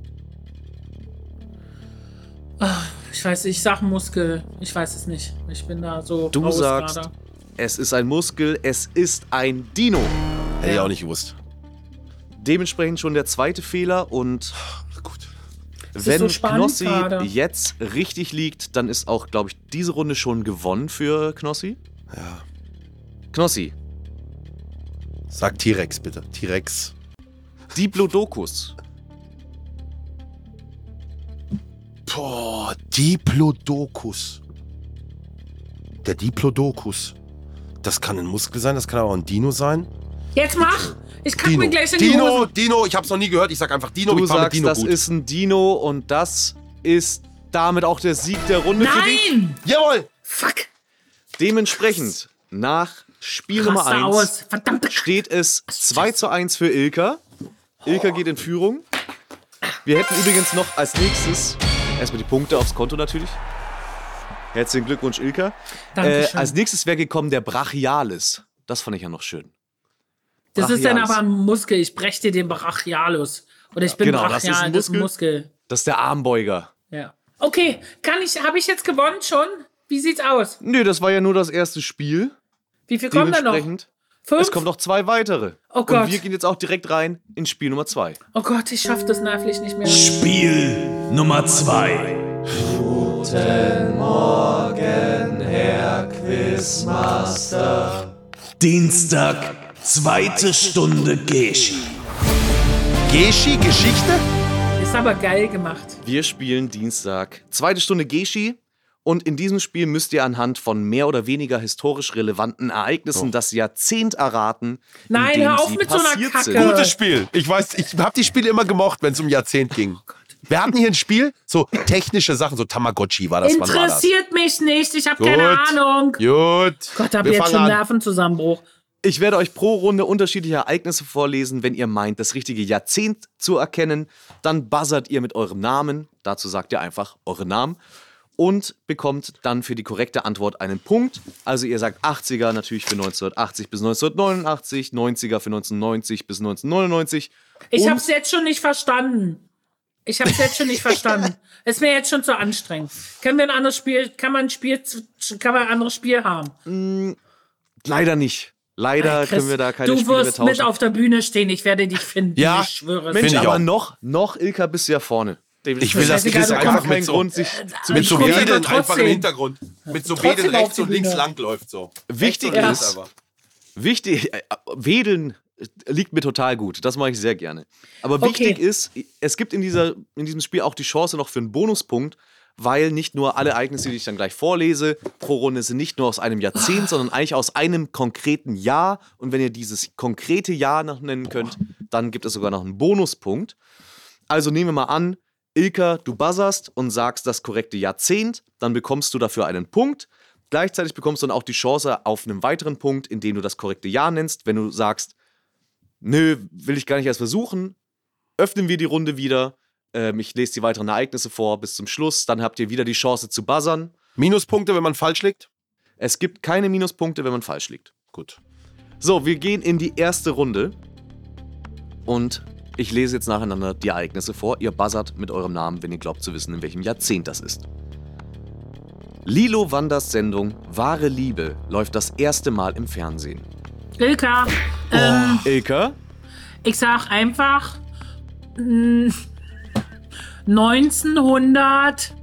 Ich weiß, ich sag Muskel. Ich weiß es nicht. Ich bin da so Du raus sagst, gerade. es ist ein Muskel, es ist ein Dino. Hätte ich Ja. auch nicht gewusst. Dementsprechend schon der zweite Fehler und Gut. ist wenn so spannend Knossi gerade. jetzt richtig liegt, dann ist auch, glaube ich, diese Runde schon gewonnen für Knossi. Ja. Knossi, Sag T-Rex bitte. T-Rex. Diplodocus. Boah, Diplodocus. Der Diplodocus. Das kann ein Muskel sein, das kann aber auch ein Dino sein. Jetzt mach! Ich kack Dino. mir gleich in die Dino, Hose. Dino, ich hab's noch nie gehört. Ich sag einfach Dino, Du ich fahr mit sagst, Dino das gut. ist ein Dino und das ist damit auch der Sieg der Runde für dich. Nein! Jawohl! Fuck! Dementsprechend, nach Spiel Nummer Raste eins aus. Verdammte steht es zwei zu eins für Ilka. Ilka geht in Führung. Wir hätten übrigens noch als nächstes, erstmal die Punkte aufs Konto natürlich. Herzlichen Glückwunsch, Ilka. Äh, Dankeschön. als nächstes wäre gekommen der Brachialis. Das fand ich ja noch schön. Das ist dann Brachialis. aber ein Muskel. Ich brech dir den Brachialus. Oder ich bin Genau, das ist Brachial, ein das ist ein Muskel. Das ist der Armbeuger. Ja. Okay, kann ich, habe ich jetzt gewonnen schon? Wie sieht's aus? Nö, das war ja nur das erste Spiel. Wie viel kommen da noch? Dementsprechend, Fünf? es kommen noch zwei weitere. Oh Gott. Und wir gehen jetzt auch direkt rein in Spiel Nummer zwei. Oh Gott, ich schaff das nervlich nicht mehr. Spiel Nummer zwei. Dienstag, zweite Stunde Geschi. Geschi, Geschichte? Ist aber geil gemacht. Wir spielen Dienstag, zweite Stunde Geschi. Und in diesem Spiel müsst ihr anhand von mehr oder weniger historisch relevanten Ereignissen das Jahrzehnt erraten, in Nein, dem hör auf sie mit so einer passiert Kacke. sind. Gutes Spiel. Ich weiß, ich habe die Spiele immer gemocht, wenn es um Jahrzehnt ging. Wir hatten hier ein Spiel, so technische Sachen, so Tamagotchi war das. Wann war das? Interessiert mich nicht, ich habe keine Gut. Ahnung. Gut. Gott, hab Wir jetzt fangen schon an. Nervenzusammenbruch. Ich werde euch pro Runde unterschiedliche Ereignisse vorlesen. Wenn ihr meint, das richtige Jahrzehnt zu erkennen, dann buzzert ihr mit eurem Namen. Dazu sagt ihr einfach euren Namen. Und bekommt dann für die korrekte Antwort einen Punkt. Also ihr sagt achtziger natürlich für neunzehnhundertachtzig bis neunzehnhundertneunundachtzig, neunziger für neunzehnhundertneunzig bis neunzehnhundertneunundneunzig. Ich Und hab's jetzt schon nicht verstanden. Ich hab's jetzt schon nicht verstanden. Ist mir jetzt schon zu anstrengend. Können wir ein anderes Spiel, kann man ein Spiel, zu- kann man ein anderes Spiel haben? leider nicht. Leider Chris, können wir da keine du Spiele mehr wirst tauschen. mit auf der Bühne stehen, ich werde dich finden, Ja. ich schwöre es. Mensch, Finde ich aber auch. noch, noch, Ilka, bist du ja vorne. Ich will, dass Scheißegal, Chris du einfach kommst mit keinen so, Grund, sich zu mit so kommst Wedeln aber einfach im trotzdem. Hintergrund. Mit so Trotzdem Wedeln auf rechts die und links Bühne. lang läuft so. Wichtig Rechts und ist- links einfach. Wichtig, äh, Wedeln liegt mir total gut. Das mache ich sehr gerne. Aber Okay. wichtig ist, es gibt in, dieser, in diesem Spiel auch die Chance noch für einen Bonuspunkt, weil nicht nur alle Ereignisse, die ich dann gleich vorlese, pro Runde sind nicht nur aus einem Jahrzehnt, sondern eigentlich aus einem konkreten Jahr. Und wenn ihr dieses konkrete Jahr noch nennen könnt, dann gibt es sogar noch einen Bonuspunkt. Also nehmen wir mal an, Ilka, du buzzerst und sagst das korrekte Jahrzehnt, dann bekommst du dafür einen Punkt. Gleichzeitig bekommst du dann auch die Chance auf einen weiteren Punkt, indem du das korrekte Jahr nennst. Wenn du sagst, nö, will ich gar nicht erst versuchen, öffnen wir die Runde wieder. Ähm, ich lese die weiteren Ereignisse vor bis zum Schluss. Dann habt ihr wieder die Chance zu buzzern. Minuspunkte, wenn man falsch liegt? Es gibt keine Minuspunkte, wenn man falsch liegt. Gut. So, wir gehen in die erste Runde. Und ich lese jetzt nacheinander die Ereignisse vor. Ihr buzzert mit eurem Namen, wenn ihr glaubt zu wissen, in welchem Jahrzehnt das ist. Lilo Wanders Sendung Wahre Liebe läuft das erste Mal im Fernsehen. Ilka, ähm, Ilka, ich sag einfach mh, neunzehnhundert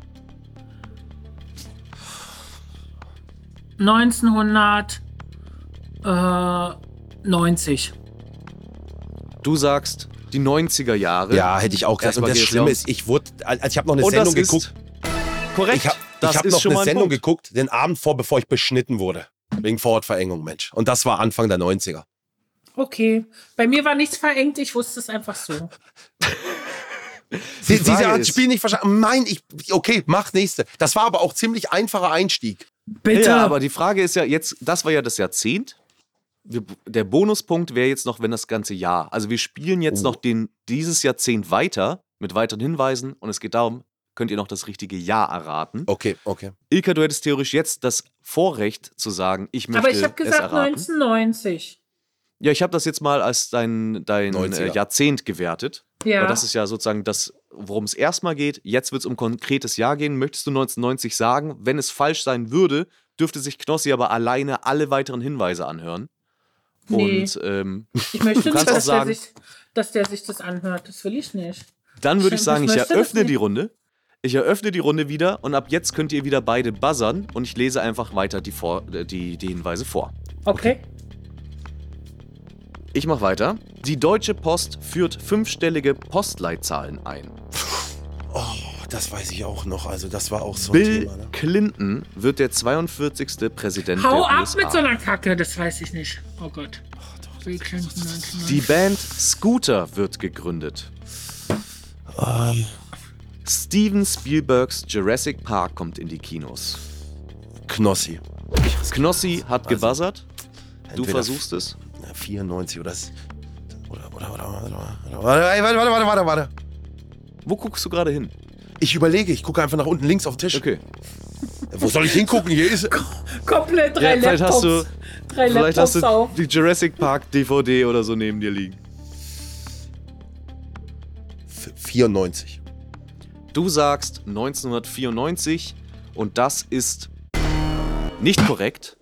neunzehnhundertneunzig. du sagst die neunziger Jahre. Ja, hätte ich auch gesagt. Und Erstmal das geht's Schlimme ja- ist, ich wurde, also ich habe noch eine Und das Sendung ist geguckt. korrekt. Ich habe das hab ist noch schon eine mal ein Sendung Punkt. geguckt, den Abend vor, bevor ich beschnitten wurde. Wegen Vorortverengung, Mensch. Und das war Anfang der neunziger. Okay. Bei mir war nichts verengt, ich wusste es einfach so. Sie, sie Frage hat das ist- Spiel nicht verstanden. Mein, ich, okay, mach nächste. Das war aber auch ziemlich einfacher Einstieg. Bitte. Ja, aber die Frage ist ja jetzt, das war ja das Jahrzehnt. Wir, der Bonuspunkt wäre jetzt noch, wenn das ganze Jahr. Also wir spielen jetzt Oh. noch den, dieses Jahrzehnt weiter mit weiteren Hinweisen und es geht darum, könnt ihr noch das richtige Jahr erraten. Okay, okay. Ilka, du hättest theoretisch jetzt das Vorrecht zu sagen, ich möchte aber ich habe es gesagt erraten. neunzehnhundert-neunzig. Ja, ich habe das jetzt mal als dein, dein neunziger. äh, Jahrzehnt gewertet. Ja. Weil das ist ja sozusagen das, worum es erstmal geht. Jetzt wird es um konkretes Jahr gehen. Möchtest du neunzehnhundertneunzig sagen? Wenn es falsch sein würde, dürfte sich Knossi aber alleine alle weiteren Hinweise anhören. Nee. Und ähm, Ich möchte Du nicht, kannst auch dass der, sagen- sich, dass der sich das anhört. Das will ich nicht. dann würde ich Ich sagen, ich möchte das eröffne nicht. die Runde. Ich eröffne die Runde wieder und ab jetzt könnt ihr wieder beide buzzern und ich lese einfach weiter die, vor, äh, die, die Hinweise vor. Okay. Ich mache weiter. Die Deutsche Post führt fünfstellige Postleitzahlen ein. Oh, das weiß ich auch noch. Also, das war auch so ein Bill Thema. Ne? Clinton wird der zweiundvierzigste Präsident Hau der ab U S A. mit so einer Kacke, das weiß ich nicht. Oh Gott. Bill Clinton neunzehnhundert. Die Band Scooter wird gegründet. Ähm, Steven Spielbergs Jurassic Park kommt in die Kinos. Knossi. Knossi hat gebuzzert. Du Entweder versuchst es. Ja, vierundneunzig oder. s- Oder, oder, oder, oder, oder, oder, warte, warte, warte, warte, warte. Wo guckst du gerade hin? Ich überlege, ich gucke einfach nach unten links auf den Tisch. Okay. Wo soll ich hingucken? Hier ist. Komplett drei Ja, vielleicht Laptops. hast du, drei vielleicht Laptops hast du auf. die Jurassic Park D V D oder so neben dir liegen. F- vierundneunzig. Du sagst neunzehnhundertvierundneunzig und das ist nicht korrekt.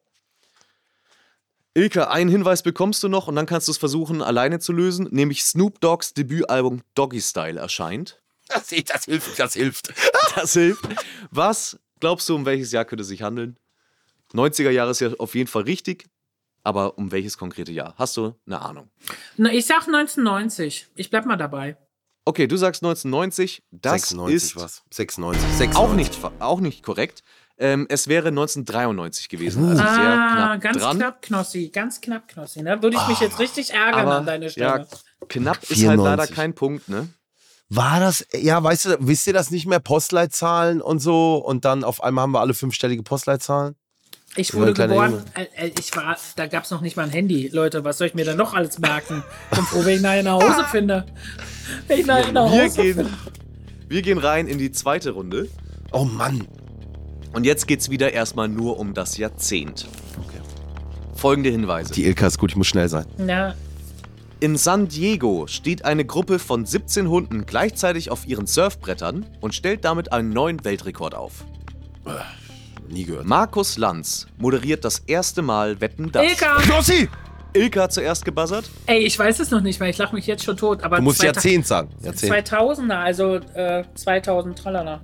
Ilka, einen Hinweis bekommst du noch und dann kannst du es versuchen, alleine zu lösen, nämlich Snoop Dogg's Debütalbum Doggy Style erscheint. Das, das hilft, das hilft. Das hilft. Was glaubst du, um welches Jahr könnte es sich handeln? neunziger Jahre ist ja auf jeden Fall richtig, aber um welches konkrete Jahr? Hast du eine Ahnung? Na, ich sag neunzehnhundertneunzig. Ich bleib mal dabei. Okay, du sagst neunzehnhundertneunzig. Das sechsundneunzig ist was. sechsundneunzig. sechsundneunzig. auch nicht, fa- auch nicht korrekt. Ähm, es wäre neunzehnhundertdreiundneunzig gewesen. Also sehr Ah, knapp ganz dran. knapp, Knossi. Ganz knapp, Knossi. Ne? Würde ich mich jetzt richtig ärgern Aber an deiner ja, Stelle. knapp ist halt vierundneunzig. leider kein Punkt, ne? War das, ja, weißt du, wisst ihr das nicht mehr? Postleitzahlen und so und dann auf einmal haben wir alle fünfstellige Postleitzahlen? Ich war wurde ein kleiner geboren, äh, äh, ich war, da gab es noch nicht mal ein Handy. Leute, was soll ich mir da noch alles merken? Bin froh, wenn ich nachher nach Hause finde. Wenn ich nachher nach Wir Hause gehen, finde. wir gehen rein in die zweite Runde. Oh Mann. Und jetzt geht's wieder erstmal nur um das Jahrzehnt. Okay. Folgende Hinweise. Die Ilka ist gut, ich muss schnell sein. Na, In San Diego steht eine Gruppe von siebzehn Hunden gleichzeitig auf ihren Surfbrettern und stellt damit einen neuen Weltrekord auf. Nie gehört. Markus Lanz moderiert das erste Mal Wetten, das. Ilka! Knossi! Ilka hat zuerst gebuzzert. Ey, ich weiß es noch nicht, weil ich lache mich jetzt schon tot. Aber Du musst zweita- Jahrzehnt sagen. Jahrzehnt. zweitausender, also äh, zweitausend, tralala.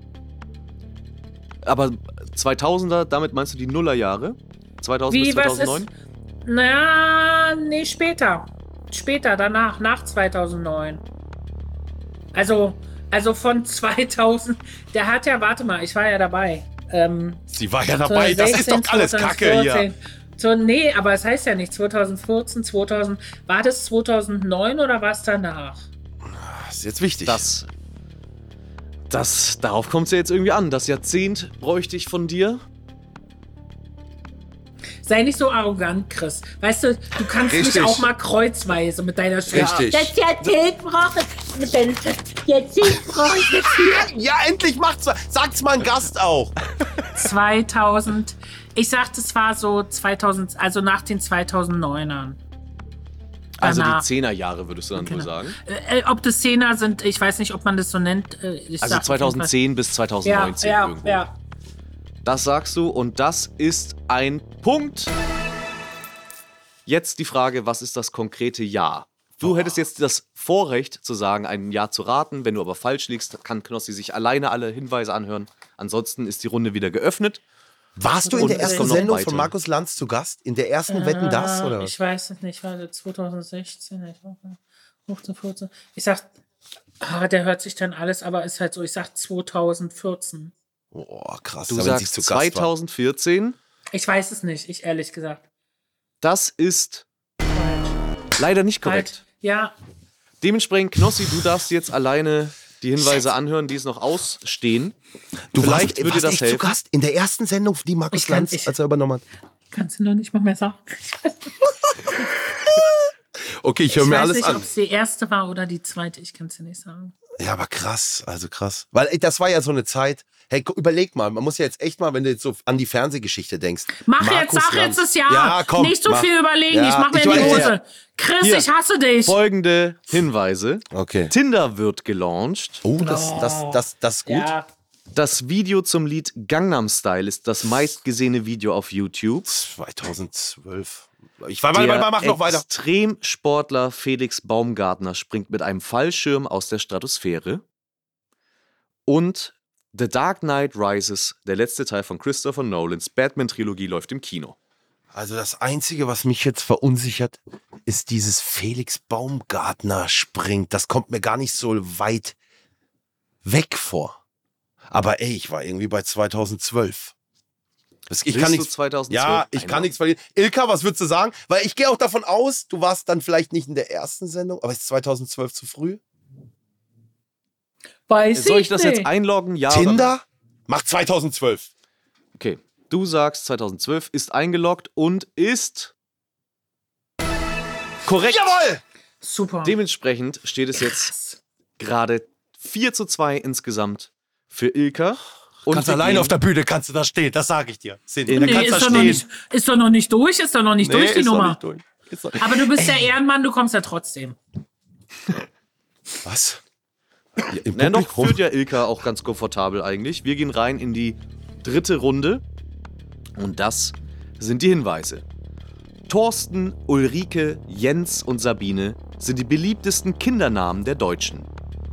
Aber zweitausender, damit meinst du die Nullerjahre? zweitausend Wie, bis was zweitausendneun? ist? Na, nee, später. Später, danach, nach zweitausendneun. Also, also von zweitausend, der hat ja, warte mal, ich war ja dabei. Ähm, Sie war ja dabei, das ist doch alles Kacke hier. So, nee, aber es heißt ja nicht zweitausendvierzehn, zweitausend, war das zweitausendneun oder war es danach? Das ist jetzt wichtig. Das, das, darauf kommt es ja jetzt irgendwie an. Das Jahrzehnt bräuchte ich von dir. Sei nicht so arrogant, Chris. Weißt du, du kannst Richtig. mich auch mal kreuzweise mit deiner Stimme. Richtig. Das Jahrzehnt brauche ich. Mit dem Jahrzehnt brauche ich jetzt hier. Ja, endlich macht's. Sagt's mal ein Gast auch. zweitausend, ich sagte, es war so zweitausend, also nach den zweitausendneunern. Also Danach. die Zehnerjahre würdest du dann wohl Genau. sagen. Äh, äh, ob das Zehner sind, ich weiß nicht, ob man das so nennt. Äh, ich Also sag auf jeden zweitausendzehn bis Fall- zweitausendneunzehn ja, ja, irgendwo. ja. Das sagst du und das ist ein Punkt. Jetzt die Frage, was ist das konkrete Jahr? Du hättest jetzt das Vorrecht zu sagen, ein Jahr zu raten. Wenn du aber falsch liegst, kann Knossi sich alleine alle Hinweise anhören. Ansonsten ist die Runde wieder geöffnet. Warst du in Und der es ersten kommt noch Sendung weiter. von Markus Lanz zu Gast? In der ersten Wetten das? Oder was? Ich weiß es nicht, war das zweitausendsechzehn, ich weiß nicht, fünfzehn, vierzehn. Ich sag, ah, der hört sich dann alles, aber ist halt so, ich sag zweitausendvierzehn. Oh, krass. Du wenn sagst sie zu Gast war. zweitausendvierzehn. Ich weiß es nicht, ich ehrlich gesagt. Das ist Leider nicht korrekt. Halt. Ja. Dementsprechend, Knossi, du darfst jetzt alleine die Hinweise anhören, die es noch ausstehen. Du Vielleicht warst, würde warst das echt helfen. zu Gast in der ersten Sendung, die Markus Ich kann- Lanz, ich- als er übernommen hat. Kannst du noch nicht mal mehr sagen. Okay, ich höre Ich mir weiß alles nicht, an. ob es die erste war oder die zweite. Ich kann es dir nicht sagen. Ja, aber krass, also krass. Weil ey, das war ja so eine Zeit, hey, gu- überleg mal, man muss ja jetzt echt mal, wenn du jetzt so an die Fernsehgeschichte denkst. Mach Markus jetzt, sag Lanz. jetzt das Jahr. Ja, komm, nicht so mach. viel überlegen. Ja, ich mach mir ich in die weiß, Hose. ja. Chris, Hier. ich hasse dich. Folgende Hinweise. Okay. Tinder wird gelauncht. Oh, das, das, das, das ist gut. Ja. Das Video zum Lied Gangnam Style ist das meistgesehene Video auf YouTube. zweitausendzwölf. Ich war mal, mal, mal, mach noch weiter. Extremsportler Felix Baumgartner springt mit einem Fallschirm aus der Stratosphäre. Und The Dark Knight Rises, der letzte Teil von Christopher Nolans Batman-Trilogie, läuft im Kino. Also das Einzige, was mich jetzt verunsichert, ist dieses Felix Baumgartner springt. Das kommt mir gar nicht so weit weg vor. Aber ey, ich war irgendwie bei zweitausendzwölf. Das, ich Willst kann du nichts, zweitausendzwölf ja, ich kann einloggen? nichts verlieren. Ilka, was würdest du sagen? Weil ich gehe auch davon aus, du warst dann vielleicht nicht in der ersten Sendung, aber ist zweitausendzwölf zu früh? Weiß Soll ich ich das nicht. jetzt einloggen? Ja oder Tinder? Macht zweitausendzwölf. nein? Okay. Du sagst zweitausendzwölf ist eingeloggt und ist korrekt. Jawohl! Super. Dementsprechend steht es jetzt gerade vier zu zwei insgesamt für Ilka. Und Kannst wir alleine gehen- auf der Bühne, kannst du da stehen, das sage ich dir. Cindy, da nee, kannst ist du doch, da noch stehen. nicht, ist doch noch nicht durch. Ist doch noch nicht durch, die ist noch Nummer. nicht durch. Ist noch- Aber du bist der Ehrenmann, du kommst ja trotzdem. Was? Ja, im Na, noch Publikum? führt ja Ilka auch ganz komfortabel eigentlich. Wir gehen rein in die dritte Runde. Und das sind die Hinweise. Thorsten, Ulrike, Jens und Sabine sind die beliebtesten Kindernamen der Deutschen.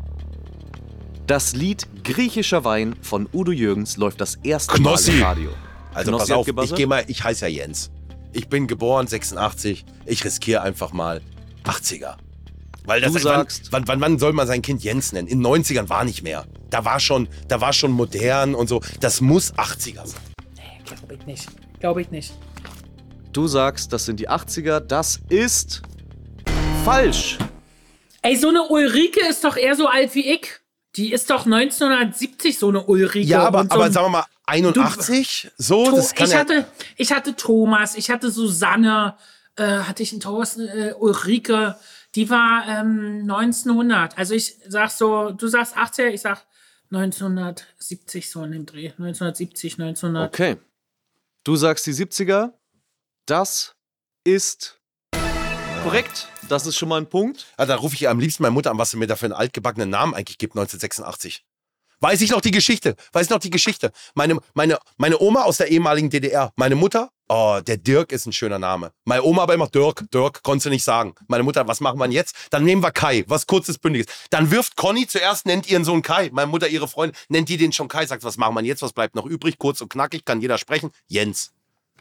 Das Lied Griechischer Wein von Udo Jürgens läuft das erste Knossi. Mal im Radio. Also Knossi pass hat auf, ich gebuzzert? gehe mal, ich heiße ja Jens. Ich bin geboren sechsundachtzig, ich riskiere einfach mal achtziger. Weil das Du wann, sagst- wann, wann, wann soll man sein Kind Jens nennen? In den neunzigern war nicht mehr. Da war schon, da war schon modern und so. Das muss achtziger sein. Nee, glaube ich nicht. Glaube ich nicht. Du sagst, das sind die achtziger. Das ist falsch. Ey, so eine Ulrike ist doch eher so alt wie ich. Die ist doch neunzehnhundertsiebzig, so eine Ulrike. Ja, aber, Und so aber ein sagen wir mal einundachtzig, so, To- das kann ich, ja... hatte, ich hatte Thomas, ich hatte Susanne, äh, hatte ich einen Thorsten, äh, Ulrike, die war ähm, neunzehnhundert. Also ich sag so, du sagst achtziger, ich sag neunzehnhundertsiebzig, so in dem Dreh. neunzehnhundertsiebzig, neunzehnhundert. Okay. Du sagst die siebziger. Das ist korrekt. Das ist schon mal ein Punkt. Ja, da rufe ich am liebsten meine Mutter an, was sie mir da für einen altgebackenen Namen eigentlich gibt, neunzehnhundertsechsundachtzig. Weiß ich noch die Geschichte? Weiß ich noch die Geschichte? Meine, meine, meine Oma aus der ehemaligen D D R, meine Mutter, oh, der Dirk ist ein schöner Name. Meine Oma aber immer Dirk, Dirk, konntest du nicht sagen. Meine Mutter, was machen wir denn jetzt? Dann nehmen wir Kai, was kurzes, bündiges. Dann wirft Conny zuerst, nennt ihren Sohn Kai. Meine Mutter, ihre Freundin, nennt die den schon Kai, sagt, was machen wir denn jetzt? Was bleibt noch übrig? Kurz und knackig, kann jeder sprechen. Jens.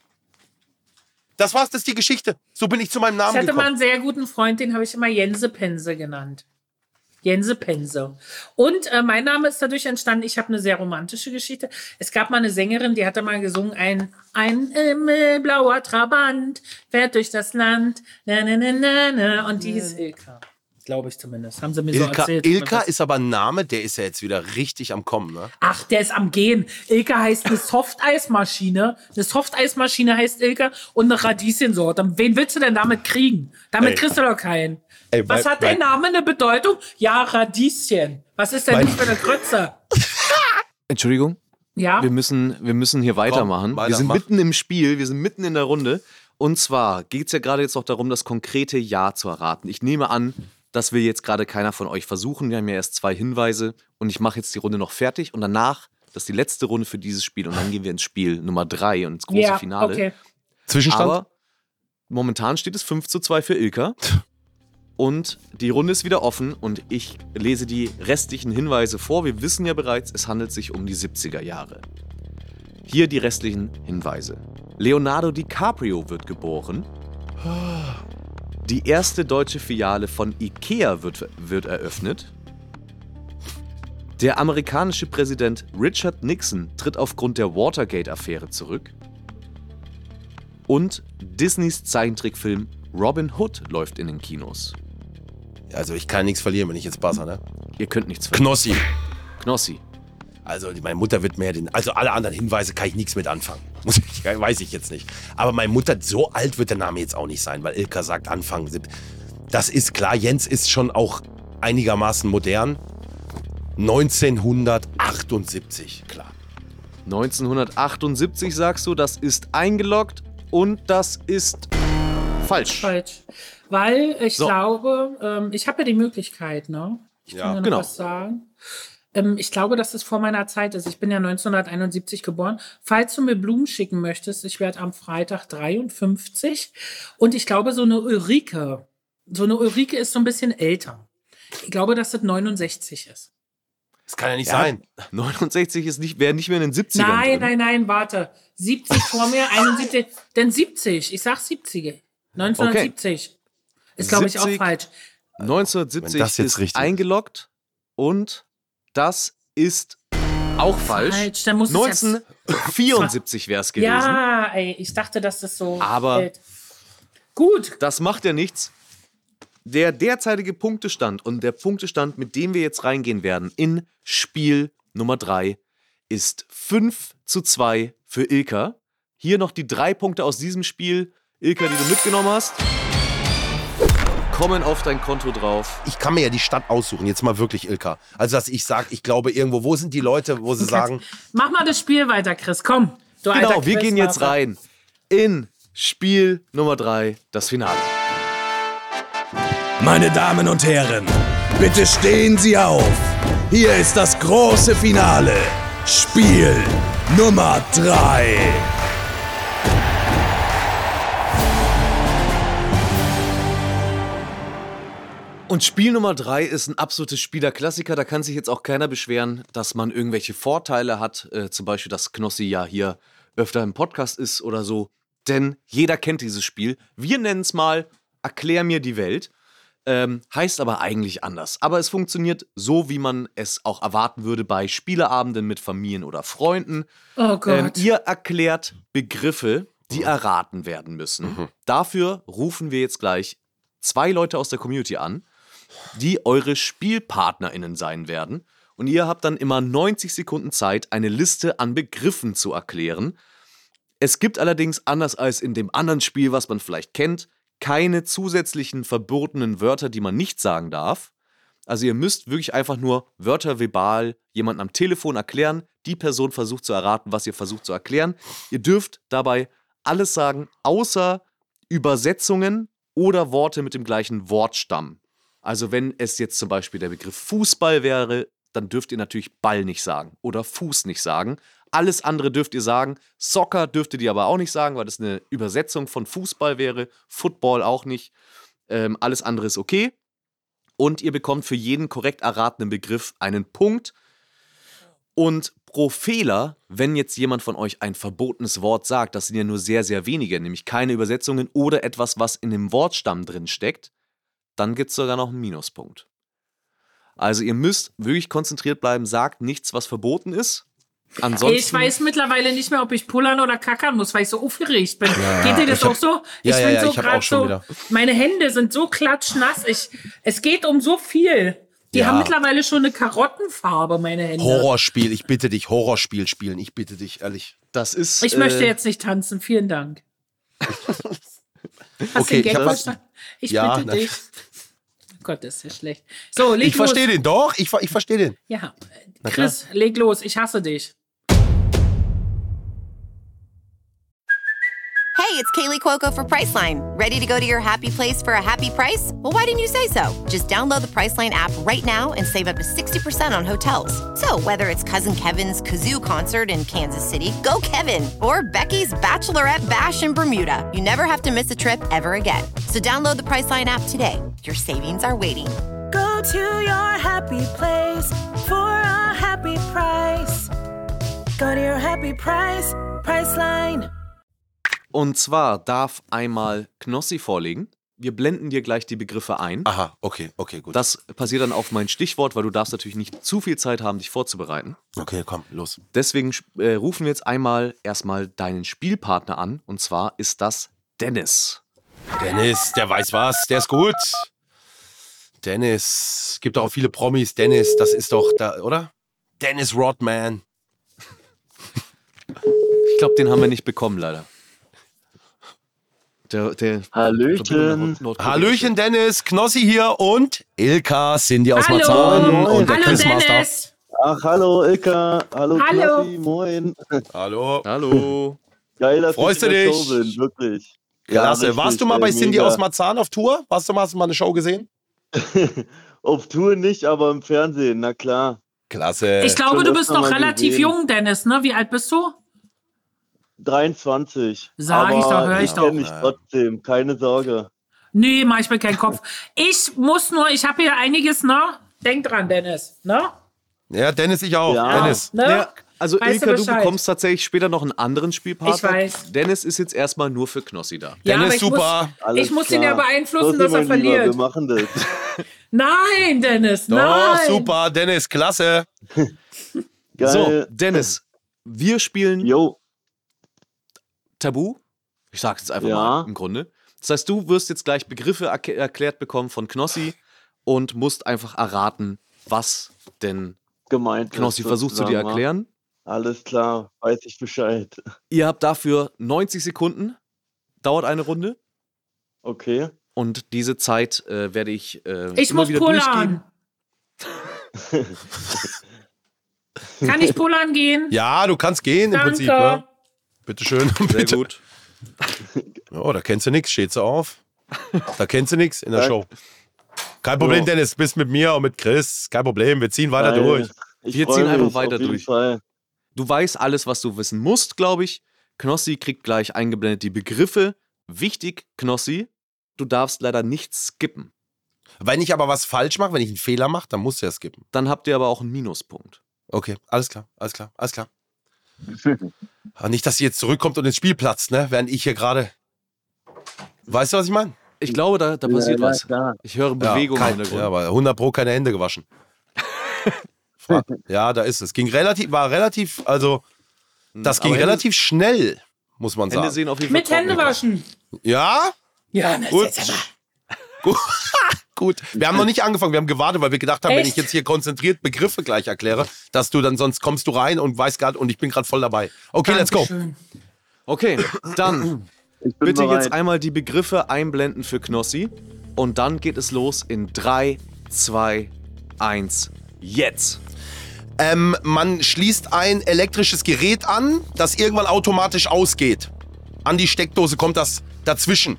Das war's, das ist die Geschichte. So bin ich zu meinem Namen Ich hatte mal gekommen. einen sehr guten Freund, den habe ich immer Jense Pense genannt. Jense Pense. Und äh, mein Name ist dadurch entstanden, ich habe eine sehr romantische Geschichte. Es gab mal eine Sängerin, die hatte mal gesungen, ein, ein äh, blauer Trabant fährt durch das Land. Na, na, na, na, na. Und die hieß Ilka. Glaube ich zumindest. Haben sie mir so Ilka, erzählt. Ilka ist aber ein Name, der ist ja jetzt wieder richtig am Kommen, ne? Ach, der ist am Gehen. Ilka heißt eine Softeismaschine. Eine Softeismaschine heißt Ilka und eine Radieschensorte. Wen willst du denn damit kriegen? Damit Ey. kriegst du doch keinen. Ey, Was mein- hat der mein- Name eine Bedeutung? Ja, Radieschen. Was ist denn Mein- nicht für eine Grütze? Entschuldigung. Ja? Wir müssen, wir müssen hier weitermachen. weiter, wir sind mach. mitten im Spiel, wir sind mitten in der Runde. Und zwar geht es ja gerade jetzt auch darum, das konkrete Ja zu erraten. Ich nehme an, das will jetzt gerade keiner von euch versuchen. Wir haben ja erst zwei Hinweise und ich mache jetzt die Runde noch fertig und danach, das ist die letzte Runde für dieses Spiel und dann gehen wir ins Spiel Nummer drei und ins große ja, Finale. okay. Zwischenstand? Aber momentan steht es fünf zu zwei für Ilka. Und die Runde ist wieder offen und ich lese die restlichen Hinweise vor. Wir wissen ja bereits, es handelt sich um die siebziger Jahre. Hier die restlichen Hinweise. Leonardo DiCaprio wird geboren. Die erste deutsche Filiale von IKEA wird, wird eröffnet. Der amerikanische Präsident Richard Nixon tritt aufgrund der Watergate-Affäre zurück. Und Disneys Zeichentrickfilm Robin Hood läuft in den Kinos. Also ich kann nichts verlieren, wenn ich jetzt passe, ne? Ihr könnt nichts verlieren. Knossi. Knossi. Also die- meine Mutter wird mehr den... Also alle anderen Hinweise kann ich nichts mit anfangen. Muss ich, weiß ich jetzt nicht. Aber meine Mutter, so alt wird der Name jetzt auch nicht sein, weil Ilka sagt Anfang. sieb- Das ist klar, Jens ist schon auch einigermaßen modern. neunzehnhundertachtundsiebzig, klar. neunzehnhundertachtundsiebzig sagst du, das ist eingeloggt und das ist falsch. Falsch. Weil ich So. glaube, ähm, ich habe ja die Möglichkeit, ne? Ich Ja, kann ja noch genau. was sagen. Ähm, ich glaube, dass es vor meiner Zeit ist. Ich bin ja neunzehnhunderteinundsiebzig geboren. Falls du mir Blumen schicken möchtest, ich werde am Freitag dreiundfünfzig. Und ich glaube, so eine Ulrike, so eine Ulrike ist so ein bisschen älter. Ich glaube, dass das neunundsechzig ist. Das kann ja nicht Ja, sein. neunundsechzig ist nicht, wäre nicht mehr in den siebzigern Nein, drin. nein, nein, warte. siebzig vor mir, einundsiebzig. Denn siebzig, ich sag siebzig. neunzehnhundertsiebzig. Ist, glaube ich, auch siebzig. falsch. neunzehnhundertsiebzig Wenn das jetzt ist richtig ist. eingeloggt und das ist auch falsch. Falsch, dann muss es jetzt- neunzehnhundertvierundsiebzig wäre es gewesen. Ja, ey, ich dachte, dass das so. Aber- fällt. Gut. Das macht ja nichts. Der derzeitige Punktestand und der Punktestand, mit dem wir jetzt reingehen werden in Spiel Nummer drei, ist fünf zu zwei für Ilka. Hier noch die drei Punkte aus diesem Spiel, Ilka, die du mitgenommen hast, kommen auf dein Konto drauf. Ich kann mir ja die Stadt aussuchen, jetzt mal wirklich, Ilka. Also, dass ich sage, ich glaube irgendwo, wo sind die Leute, wo sie sagen, Mach mal das Spiel weiter, Chris. Komm. Du Genau, alter wir gehen jetzt Quizmaster. rein in Spiel Nummer drei, das Finale. Meine Damen und Herren, bitte stehen Sie auf. Hier ist das große Finale. Spiel Nummer drei. Und Spiel Nummer drei ist ein absolutes Spielerklassiker. Da kann sich jetzt auch keiner beschweren, dass man irgendwelche Vorteile hat. Äh, zum Beispiel, dass Knossi ja hier öfter im Podcast ist oder so. Denn jeder kennt dieses Spiel. Wir nennen es mal Erklär mir die Welt. Ähm, heißt aber eigentlich anders. Aber es funktioniert so, wie man es auch erwarten würde bei Spieleabenden mit Familien oder Freunden. Oh Gott. Ähm, ihr erklärt Begriffe, die erraten werden müssen. Dafür rufen wir jetzt gleich zwei Leute aus der Community an, die eure SpielpartnerInnen sein werden. Und ihr habt dann immer neunzig Sekunden Zeit, eine Liste an Begriffen zu erklären. Es gibt allerdings, anders als in dem anderen Spiel, was man vielleicht kennt, keine zusätzlichen verbotenen Wörter, die man nicht sagen darf. Also ihr müsst wirklich einfach nur Wörter verbal jemandem am Telefon erklären. Die Person versucht zu erraten, was ihr versucht zu erklären. Ihr dürft dabei alles sagen, außer Übersetzungen oder Worte mit dem gleichen Wortstamm. Also wenn es jetzt zum Beispiel der Begriff Fußball wäre, dann dürft ihr natürlich Ball nicht sagen oder Fuß nicht sagen. Alles andere dürft ihr sagen. Soccer dürftet ihr aber auch nicht sagen, weil das eine Übersetzung von Fußball wäre. Football auch nicht. Ähm, alles andere ist okay. Und ihr bekommt für jeden korrekt erratenen Begriff einen Punkt. Und pro Fehler, wenn jetzt jemand von euch ein verbotenes Wort sagt, das sind ja nur sehr, sehr wenige, nämlich keine Übersetzungen oder etwas, was in dem Wortstamm drin steckt, dann gibt es sogar noch einen Minuspunkt. Also ihr müsst wirklich konzentriert bleiben, sagt nichts, was verboten ist. Ansonsten, Ich weiß mittlerweile nicht mehr, ob ich pullern oder kackern muss, weil ich so aufgeregt bin. Geht dir das Ich hab- auch so? Ja, ich ja, bin ja, so ich hab grad auch schon so, wieder. meine Hände sind so klatschnass. Ich, es geht um so viel. Die Ja. haben mittlerweile schon eine Karottenfarbe, meine Hände. Horrorspiel, ich bitte dich, Horrorspiel spielen, ich bitte dich, ehrlich. das ist. Ich äh, möchte jetzt nicht tanzen, vielen Dank. Hast Okay, du den Gag ich hab was- verstanden? Ich Ja, bitte na- dich. Oh Gott, das ist ja schlecht. So, leg Ich los. verstehe den, doch, ich, ver- ich verstehe den. Ja, Chris, leg los. Ich hasse dich. Hey, it's Kaylee Cuoco for Priceline. Ready to go to your happy place for a happy price? Well, why didn't you say so? Just download the Priceline app right now and save up to sixty percent on hotels. So, whether it's Cousin Kevin's Kazoo concert in Kansas City, go Kevin, or Becky's Bachelorette Bash in Bermuda, you never have to miss a trip ever again. So download the Priceline app today. Your savings are waiting. Go to your happy place for a happy price. Go to your happy price, Priceline. Und zwar darf einmal Knossi vorlegen. Wir blenden dir gleich die Begriffe ein. Aha, okay, okay, gut. Das passiert dann auf mein Stichwort, weil du darfst natürlich nicht zu viel Zeit haben, dich vorzubereiten. Okay, komm, los. Deswegen äh, rufen wir jetzt einmal erstmal deinen Spielpartner an. Und zwar ist das Dennis. Dennis, der weiß was, der ist gut. Dennis, gibt doch auch viele Promis. Dennis, das ist doch da, oder? Dennis Rodman. Ich glaube, den haben wir nicht bekommen, leider. Der, der Hallöchen. Hallöchen, Dennis, Knossi hier und Ilka, Cindy aus Hallo. Marzahn und der Hallo, Quizmaster. Dennis. Ach, hallo Ilka. Hallo, Hallo. Knoppi, moin. Hallo. Hallo. Geil, dass Freust ich du in der dich? Show bin, wirklich. Klasse. Ja, Warst richtig, du mal bei ey, Cindy mega. aus Marzahn auf Tour? Warst du mal, hast du mal eine Show gesehen? Auf Tour nicht, aber im Fernsehen, na klar. Klasse. Ich glaube, schon du bist öfter noch mal relativ gesehen. jung, Dennis, ne? Wie alt bist du? dreiundzwanzig. Sag ich aber doch, hör ich ich doch. kenn mich trotzdem, keine Sorge. Nee, mach ich mir keinen Kopf. Ich muss nur, ich habe hier einiges, ne? Denk dran, Dennis, ne? Ja, Dennis, ich auch. Ja. Dennis. Ne? Ja, also Weißt Ilka, du du Bescheid? bekommst tatsächlich später noch einen anderen Spielpartner. Ich weiß. Dennis ist jetzt erstmal nur für Knossi da. Ja, Dennis, aber ich super. Muss, Alles ich muss klar. ihn ja beeinflussen, Knoppi, dass er mein Lieber, verliert. wir machen das. Nein, Dennis, Doch, nein. super. Dennis, klasse. Geil. So, Dennis, wir spielen Jo, Tabu. Ich sag's jetzt einfach Ja. mal im Grunde. Das heißt, du wirst jetzt gleich Begriffe erk- erklärt bekommen von Knossi und musst einfach erraten, was denn gemeint. ist Knossi versucht zu dir sozusagen, wa? erklären. Alles klar, weiß ich Bescheid. Ihr habt dafür neunzig Sekunden, dauert eine Runde. Okay. Und diese Zeit äh, werde ich äh, Ich immer muss wieder pullern. durchgehen. Kann ich pullern gehen? Ja, du kannst gehen im Prinzip. Danke. Ne? Bitteschön. Sehr Bitte. gut. Oh, da kennst du nix, steht so auf. Da kennst du nix in der Danke. Show. Kein Problem, So. Dennis, bist mit mir und mit Chris. Kein Problem, wir ziehen weiter Geil. durch. Ich Wir freu ziehen einfach mich, weiter auf jeden durch. Fall. Du weißt alles, was du wissen musst, glaube ich. Knossi kriegt gleich eingeblendet die Begriffe. Wichtig, Knossi, du darfst leider nicht skippen. Wenn ich aber was falsch mache, wenn ich einen Fehler mache, dann musst du ja skippen. Dann habt ihr aber auch einen Minuspunkt. Okay, alles klar, alles klar, alles klar. Aber nicht, dass sie jetzt zurückkommt und ins Spiel platzt, ne? Während ich hier gerade. Weißt du, was ich meine? Ich glaube, da, da passiert Ja, was. klar. Ich höre Bewegung ja, im kein, Hintergrund. ja, aber hundert Pro keine Hände gewaschen. Fra- ja, da ist es. Ging relativ, war relativ, also, das ging Aber Hände- relativ schnell, muss man Hände sagen. sehen auf jeden Fall Mit Hände trocken aus. waschen. Ja, Ja, das gut. ist aber. Gut. Gut. Wir haben noch nicht angefangen, wir haben gewartet, weil wir gedacht haben, wenn Echt? ich jetzt hier konzentriert Begriffe gleich erkläre, dass du dann sonst kommst du rein und weißt gerade und ich bin gerade voll dabei. Okay, let's go. Dankeschön. Okay, dann Ich bin bitte bereit. jetzt einmal die Begriffe einblenden für Knossi. Und dann geht es los in drei, zwei, eins, jetzt. Ähm, man schließt ein elektrisches Gerät an, das irgendwann automatisch ausgeht. An die Steckdose kommt das dazwischen.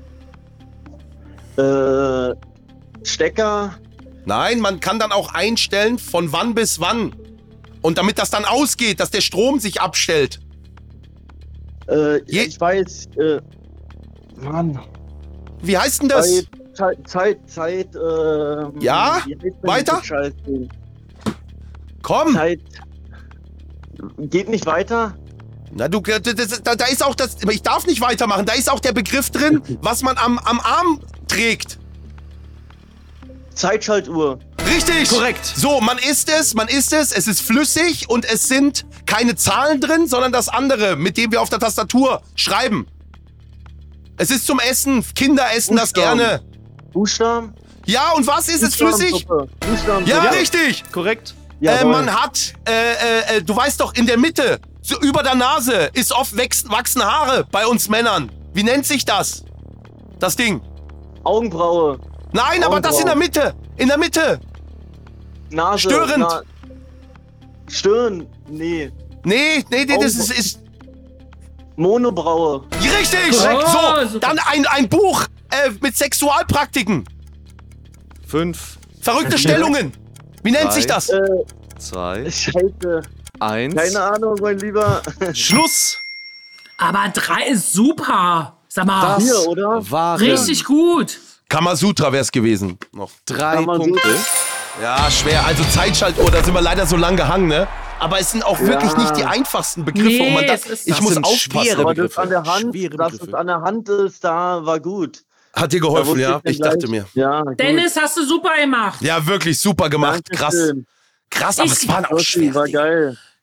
Äh, Stecker, Nein, man kann dann auch einstellen, von wann bis wann. Und damit das dann ausgeht, dass der Strom sich abstellt. äh, Je- ich weiß, äh, Mann, Wie heißt denn das? Zeit, Zeit, Zeit, ähm, Ja? wie heißt denn Weiter? dieses Scheißding? Komm. Zeit, geht nicht weiter? Na, du, das, das, da, da ist auch das, ich darf nicht weitermachen, da ist auch der Begriff drin, was man am, am Arm trägt. Zeitschaltuhr. Richtig. Korrekt. So, man isst es, man isst es, es ist flüssig und es sind keine Zahlen drin, sondern das andere, mit dem wir auf der Tastatur schreiben. Es ist zum Essen, Kinder essen das Buchstaben. gerne. Buchstaben? Ja, und was ist es flüssig? Buchstabensuppe. Buchstabensuppe. Ja, richtig. Korrekt. Äh, Jawohl. man hat, äh, äh, äh, du weißt doch, in der Mitte, so über der Nase, ist oft wächst, wachsen Haare bei uns Männern. Wie nennt sich das? Das Ding. Augenbraue. Nein, aber das in der Mitte. In der Mitte. Nase. Störend. Na, Stirn. Nee. Nee, nee, nee, das Augenbra- ist, ist Monobraue. richtig. Korrekt. So, Oh, super. dann ein, ein Buch äh, mit Sexualpraktiken. Fünf, Verrückte Stellungen. Wie nennt Drei. sich das? Äh, zwei, Scheiße. eins. Keine Ahnung, mein Lieber. Schluss. Aber drei ist super. Sag mal, Das Hier, oder? waren richtig gut. Kamasutra wäre es gewesen. Noch. drei Kann man so- Punkte. Ja, schwer. Also Zeitschaltuhr, da sind wir leider so lang gehangen, ne? Aber es sind auch wirklich nicht die einfachsten Begriffe. Nee, und man da, es ist- ich das muss sind aufpassen. schwere Aber das Begriffe. an der Hand, Schwere dass Begriffe. es an der Hand ist, da war gut. Hat dir Da geholfen, wusste ja? dann Ich dachte gleich- mir. Ja, gut. Dennis, hast du super gemacht. Ja, wirklich super gemacht. Krass. Dankeschön. Krass, aber Ich- es waren auch Knossi, war schwer. geil.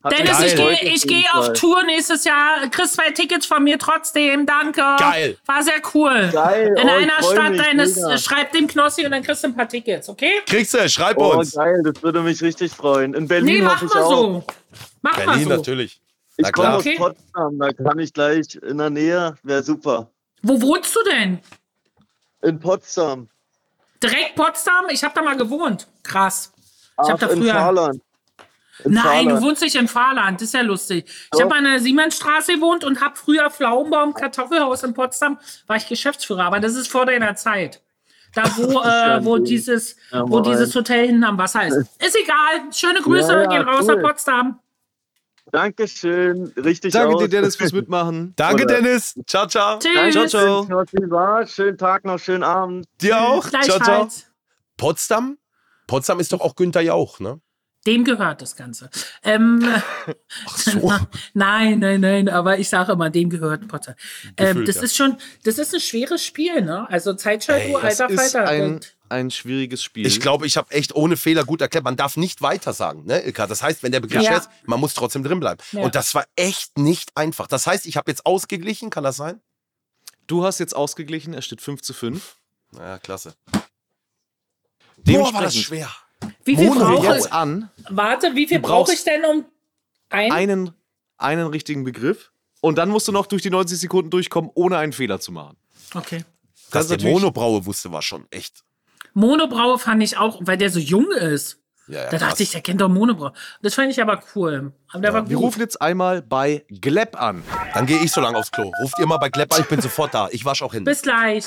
Dennis, Geil. ich gehe ich geh auf Tour nächstes Jahr. Kriegst zwei Tickets von mir trotzdem. Danke. Geil. War sehr cool. Geil. In Oh, ich einer freu Stadt mich, deines. mega. Schreib dem Knossi und dann kriegst du ein paar Tickets, okay? Kriegst du, schreib Oh, uns. geil, das würde mich richtig freuen. In Berlin Nee, mach hoffe ich mal auch. so. Mach mal Berlin so. natürlich. Na Ich komme klar. aus Okay. Potsdam, da kann ich gleich in der Nähe. Wäre super. Wo wohnst du denn? In Potsdam. Direkt Potsdam? Ich habe da mal gewohnt. Krass. Ich Ach, habe da in früher. Fahrland. In Nein, Fahrland. du wohnst nicht in Fahrland. Das ist ja lustig. Ich Doch. habe an der Siemensstraße gewohnt und habe früher Pflaumenbaum Kartoffelhaus in Potsdam. War ich Geschäftsführer, aber das ist vor deiner Zeit. Da wo, ja äh, wo gut. dieses, Ja, wo moin. dieses Hotel hinten am Wasser ist. Ist egal. Schöne Grüße. Ja, ja, Gehen raus cool. nach Potsdam. Dankeschön. Richtig Danke aus. dir, Dennis, fürs Mitmachen. Danke, Oder- Dennis. Ciao, ciao. Tschüss. Ciao, ciao. Ciao. Schönen Tag noch, schönen Abend. Dir auch. Ciao, ciao. Gleichfalls. Potsdam? Potsdam ist doch auch Günther Jauch, ne? Dem gehört das Ganze. Ähm, Ach so. nein, nein, nein, aber ich sage immer, dem gehört Potter. Ähm, Gefühlt, das ja. ist schon, das ist ein schweres Spiel, ne? Also Zeitschaltuhr, Das alter ist Falter. ein, ein schwieriges Spiel. Ich glaube, ich habe echt ohne Fehler gut erklärt. Man darf nicht weiter sagen, ne, Ilka? Das heißt, wenn der Begriff Ja. schwer ist, man muss trotzdem drin bleiben. Ja. Und das war echt nicht einfach. Das heißt, ich habe jetzt ausgeglichen, kann das sein? Du hast jetzt ausgeglichen, es steht fünf zu fünf. Ja, klasse. Dementsprechend Boah, war das schwer. Wie viel Mono wir brauche jetzt an, Warte, wie viel Du brauchst brauche ich denn um ein? einen, einen richtigen Begriff. Und dann musst du noch durch die neunzig Sekunden durchkommen, ohne einen Fehler zu machen. Okay. Das Dass ist der natürlich- Monobraue wusste, war schon echt. Monobraue fand ich auch, weil der so jung ist. Ja, ja, Da dachte krass. ich, der kennt doch Monobraue. Das fand ich aber cool. Aber der war Wir gut. rufen jetzt einmal bei Gleb an. Dann gehe ich so lange aufs Klo. Ruft ihr mal bei Klepp an, ich bin sofort da. Ich wasche auch hin. Bis gleich.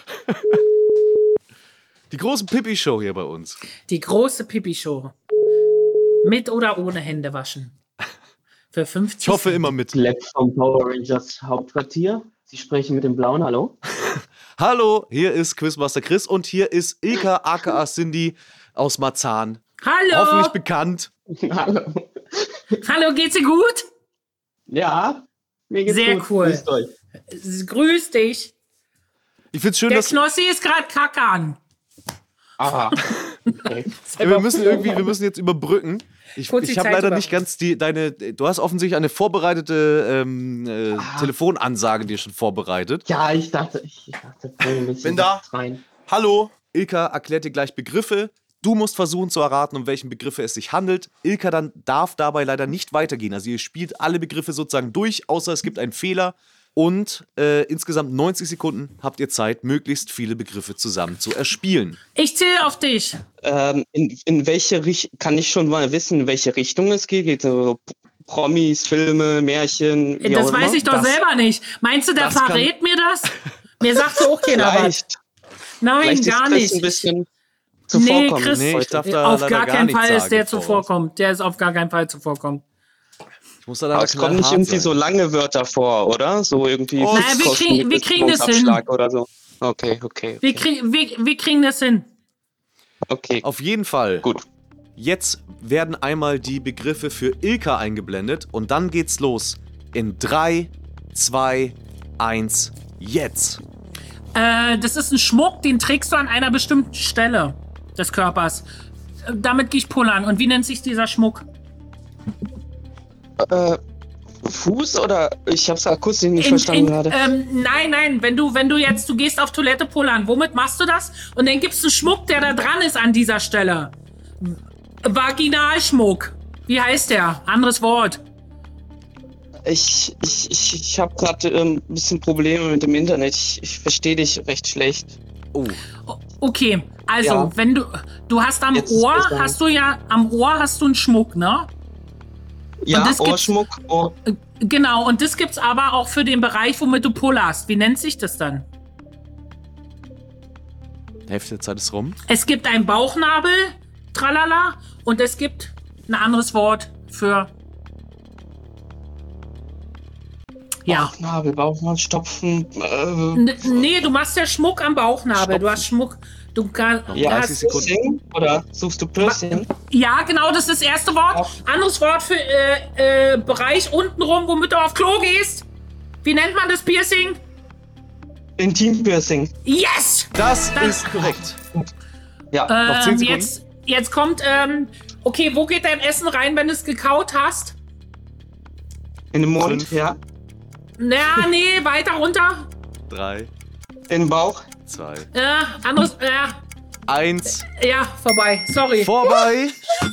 Die große Pippi-Show hier bei uns. Die große Pipi-Show. Mit oder ohne Hände waschen. Für fünfzig Ich hoffe immer mit. Gleb vom Power Rangers Hauptquartier. Sie sprechen mit dem Blauen, hallo? Hallo, hier ist Quizmaster Chris und hier ist Ilka aka Cindy aus Marzahn. Hallo. Hoffentlich bekannt. Hallo. Hallo, geht's dir gut? Ja, mir geht's Sehr gut. cool. Grüßt euch. Grüß dich. Ich find's schön, Der dass Knossi ist gerade kackern. Aha. Okay. Ja, wir müssen irgendwie, wir müssen jetzt überbrücken. Ich, Kurz die ich habe Zeit leider über- nicht ganz die deine. Du hast offensichtlich eine vorbereitete ähm, äh, Telefonansage dir schon vorbereitet. Ja, ich dachte, ich, ich dachte, bring ein bisschen Bin da. was rein. Hallo? Ilka erklärt dir gleich Begriffe. Du musst versuchen zu erraten, um welchen Begriffe es sich handelt. Ilka dann darf dabei leider nicht weitergehen. Also ihr spielt alle Begriffe sozusagen durch, außer es gibt einen Fehler. Und äh, insgesamt neunzig Sekunden habt ihr Zeit, möglichst viele Begriffe zusammen zu erspielen. Ich zähle auf dich. Ähm, in, in welche Richtung, kann ich schon mal wissen, in welche Richtung es geht? Geht so Promis, Filme, Märchen? wie Das auch weiß immer? ich doch Das- selber nicht. Meinst du, der das kann- verrät mir das? Mir sagt so auch keiner was. Vielleicht, Nein, vielleicht gar ist Chris nicht. ein bisschen Nee, zuvorkommend. Chris, Nee, ich darf da auf leider gar gar keinen nichts Fall ist sagen der voraus. zuvorkommt. Der ist auf gar keinen Fall zuvorkommt. Ich muss da Aber leider es kommen nicht knallhart irgendwie sein. so lange Wörter vor, oder? So irgendwie. Naja, wir Kosten- kriegen- wir kriegen das hin. Abschlag oder so. Okay, okay. Wir, Okay, krieg, wir, wir kriegen das hin. okay. Auf jeden Fall. Gut. Jetzt werden einmal die Begriffe für Ilka eingeblendet und dann geht's los. In drei, zwei, eins, jetzt. Äh, das ist ein Schmuck, den trägst du an einer bestimmten Stelle des Körpers. Äh, Damit gehe ich pullern. Und wie nennt sich dieser Schmuck? Äh, Fuß oder? Ich hab's akustisch nicht In- verstanden in- gerade. Ähm, nein, nein, wenn du, wenn du jetzt, du gehst auf Toilette pullern, womit machst du das? Und dann gibt's einen Schmuck, der da dran ist an dieser Stelle. Vaginalschmuck. Wie heißt der? Anderes Wort. Ich, ich, ich, ich habe gerade ähm, ein bisschen Probleme mit dem Internet. Ich, ich verstehe dich recht schlecht. Oh, O- Okay, also, Ja. wenn du, du hast am Jetzt ist Ohr, besser. hast du ja, am Ohr hast du einen Schmuck, ne? Ja, das gibt's- Ohrschmuck. Ohr. Äh, Genau, und das gibt's aber auch für den Bereich, womit du pullerst. Wie nennt sich das dann? die Hälfte der Zeit ist rum. Es gibt einen Bauchnabel, tralala, und es gibt ein anderes Wort für. Ja. Bauchnabel, Bauchnabel, Stopfen. Äh, N nee, du machst ja Schmuck am Bauchnabel. Du hast Schmuck. Du kann, ja, dreißig hast, Sekunden. Piercing? Oder suchst du Piercing? ja, genau, das ist das erste Wort. Anderes Wort für äh, äh, Bereich untenrum, womit du auf Klo gehst. Wie nennt man das Piercing? Intim-Piercing. Yes! Das, Das- ist korrekt. Ja. Noch zehn Ähm, Sekunden. jetzt, jetzt kommt, ähm, okay, wo geht dein Essen rein, wenn du es gekaut hast? In den Mund, Fünf. ja. Na, nee, weiter runter. drei, In den Bauch. zwei, Ja, anderes, ja, eins. ja, vorbei. Sorry. Vorbei.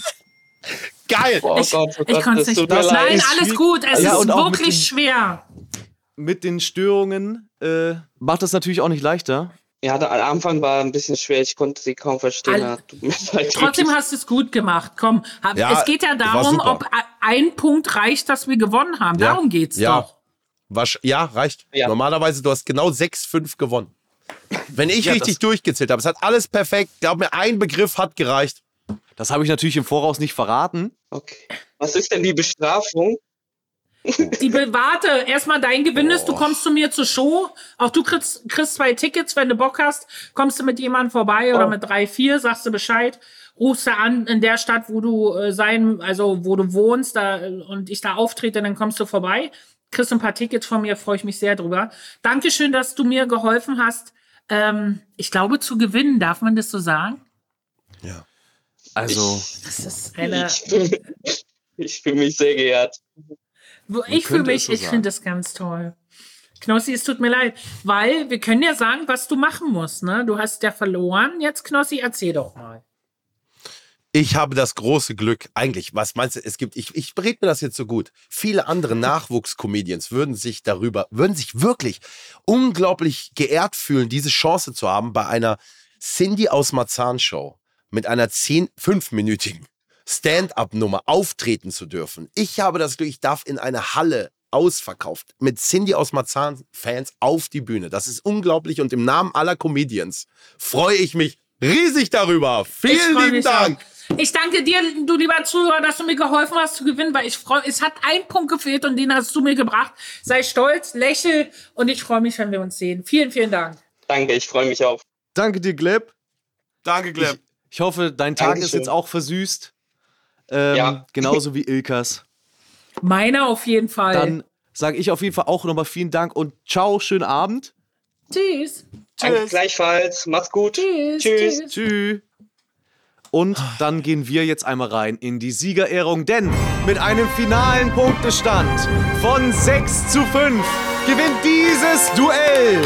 Geil! Oh ich Gott, oh ich Gott, konnte es das nicht. tut mir Das leid. Nein, ist alles schwierig. gut. Es Ja, ist und auch mit wirklich den- schwer. Mit den Störungen äh, macht das natürlich auch nicht leichter. Ja, der Anfang war ein bisschen schwer. Ich konnte sie kaum verstehen. All- Ja, tut mir leid, Trotzdem wirklich. hast du es gut gemacht. Komm, hab, Ja, es geht ja war darum, super. ob a- ein Punkt reicht, dass wir gewonnen haben. Ja. Darum geht's Ja. doch. Wasch, ja, reicht. Ja. Normalerweise, du hast genau sechs fünf gewonnen. Wenn ich Ja, richtig das- durchgezählt habe, es hat alles perfekt. Glaub mir, ein Begriff hat gereicht. Das habe ich natürlich im Voraus nicht verraten. Okay. Was ist denn die Bestrafung? Die Be warte, erstmal dein Gewinn ist, du kommst zu mir zur Show. Auch du kriegst, kriegst zwei Tickets, wenn du Bock hast. Kommst du mit jemandem vorbei oder Oh. mit drei, vier, sagst du Bescheid. Rufst du an in der Stadt, wo du äh, sein, also wo du wohnst, da, äh, und ich da auftrete, dann kommst du vorbei. Kriegst ein paar Tickets von mir, freue ich mich sehr drüber. Dankeschön, dass du mir geholfen hast. Ähm, ich glaube, zu gewinnen, darf man das so sagen? Ja. Also, Das ist eine. Ich fühle ich fühl mich sehr geehrt. Wo ich für könnte mich, es so ich sagen. finde das ganz toll. Knossi, es tut mir leid, weil wir können ja sagen, was du machen musst. Ne? Du hast ja verloren. Jetzt, Knossi, erzähl doch mal. Ich habe das große Glück, eigentlich, was meinst du, es gibt, ich, ich rede mir das jetzt so gut. Viele andere Nachwuchscomedians würden sich darüber, würden sich wirklich unglaublich geehrt fühlen, diese Chance zu haben, bei einer Cindy aus Marzahn Show mit einer zehn, fünfminütigen Stand-up-Nummer auftreten zu dürfen. Ich habe das Glück, ich darf in eine Halle ausverkauft mit Cindy aus Marzahn-Fans auf die Bühne. Das ist unglaublich und im Namen aller Comedians freue ich mich riesig darüber. Ich Vielen freu lieben mich Dank. auch. Ich danke dir, du lieber Zuhörer, dass du mir geholfen hast zu gewinnen, weil ich freue, es hat ein Punkt gefehlt und den hast du mir gebracht. Sei stolz, lächel und ich freue mich, wenn wir uns sehen. Vielen, vielen Dank. Danke, ich freue mich auch. danke dir, Gleb. Danke, Gleb. Ich hoffe, dein Tag ist Dankeschön. jetzt auch versüßt. Ähm, Ja. Genauso wie Ilkas. Meiner auf jeden Fall. Dann sage ich auf jeden Fall auch nochmal vielen Dank und ciao, schönen Abend. Tschüss. Danke gleichfalls. Macht's gut. Tschüss. Tschüss. Tschüss. Tschüss. Und dann gehen wir jetzt einmal rein in die Siegerehrung, denn mit einem finalen Punktestand von sechs zu fünf gewinnt dieses Duell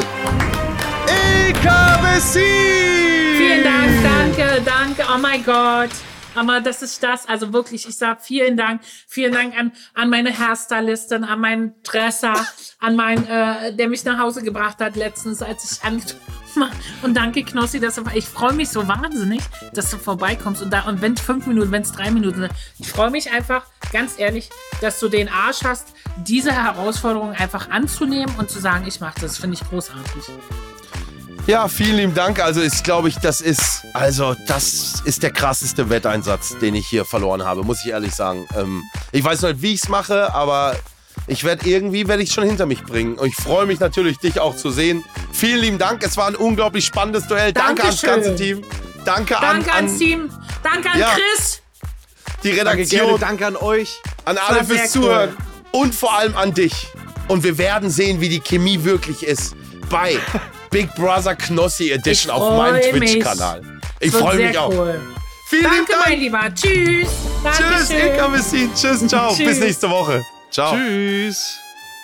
Ilka Bessin! Vielen Dank, danke, danke. Oh mein Gott. Aber das ist das, also wirklich, ich sag vielen Dank. Vielen Dank an, an meine Hairstylistin, an meinen Dresser, an meinen, äh, der mich nach Hause gebracht hat letztens, als ich an... Und danke, Knossi, dass du, ich freue mich so wahnsinnig, dass du vorbeikommst. Und, da, und wenn es fünf Minuten, wenn es drei Minuten sind, ich freue mich einfach, ganz ehrlich, dass du den Arsch hast, diese Herausforderung einfach anzunehmen und zu sagen, ich mache das. Finde ich großartig. Ja, vielen lieben Dank. Also ich glaube ich, das ist, also das ist der krasseste Wetteinsatz, den ich hier verloren habe, muss ich ehrlich sagen. Ähm, ich weiß nicht, wie ich es mache, aber ich werde irgendwie, werde ich schon hinter mich bringen. Und ich freue mich natürlich, dich auch zu sehen. Vielen lieben Dank. Es war ein unglaublich spannendes Duell. Danke ans Dankeschön. ganze Team. Danke, Danke an, ans an Team. Danke an Ja. Chris. die Danke Redaktion, gerne, danke an euch. an war alle sehr fürs cool. Zuhören und vor allem an dich. Und wir werden sehen, wie die Chemie wirklich ist bei Big Brother Knossi Edition Ich auf meinem freu mich. Twitch-Kanal. Ich Wird freue mich sehr auch. cool. Vielen lieben Danke, Dank. mein Lieber. Tschüss. Tschüss, Dankeschön. Ilka Bessin. Tschüss, ciao. Bis Tschüss. nächste Woche. Ciao. Tschüss.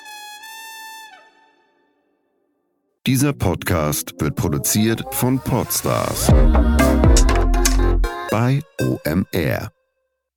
Dieser Podcast wird produziert von Podstars bei O M R.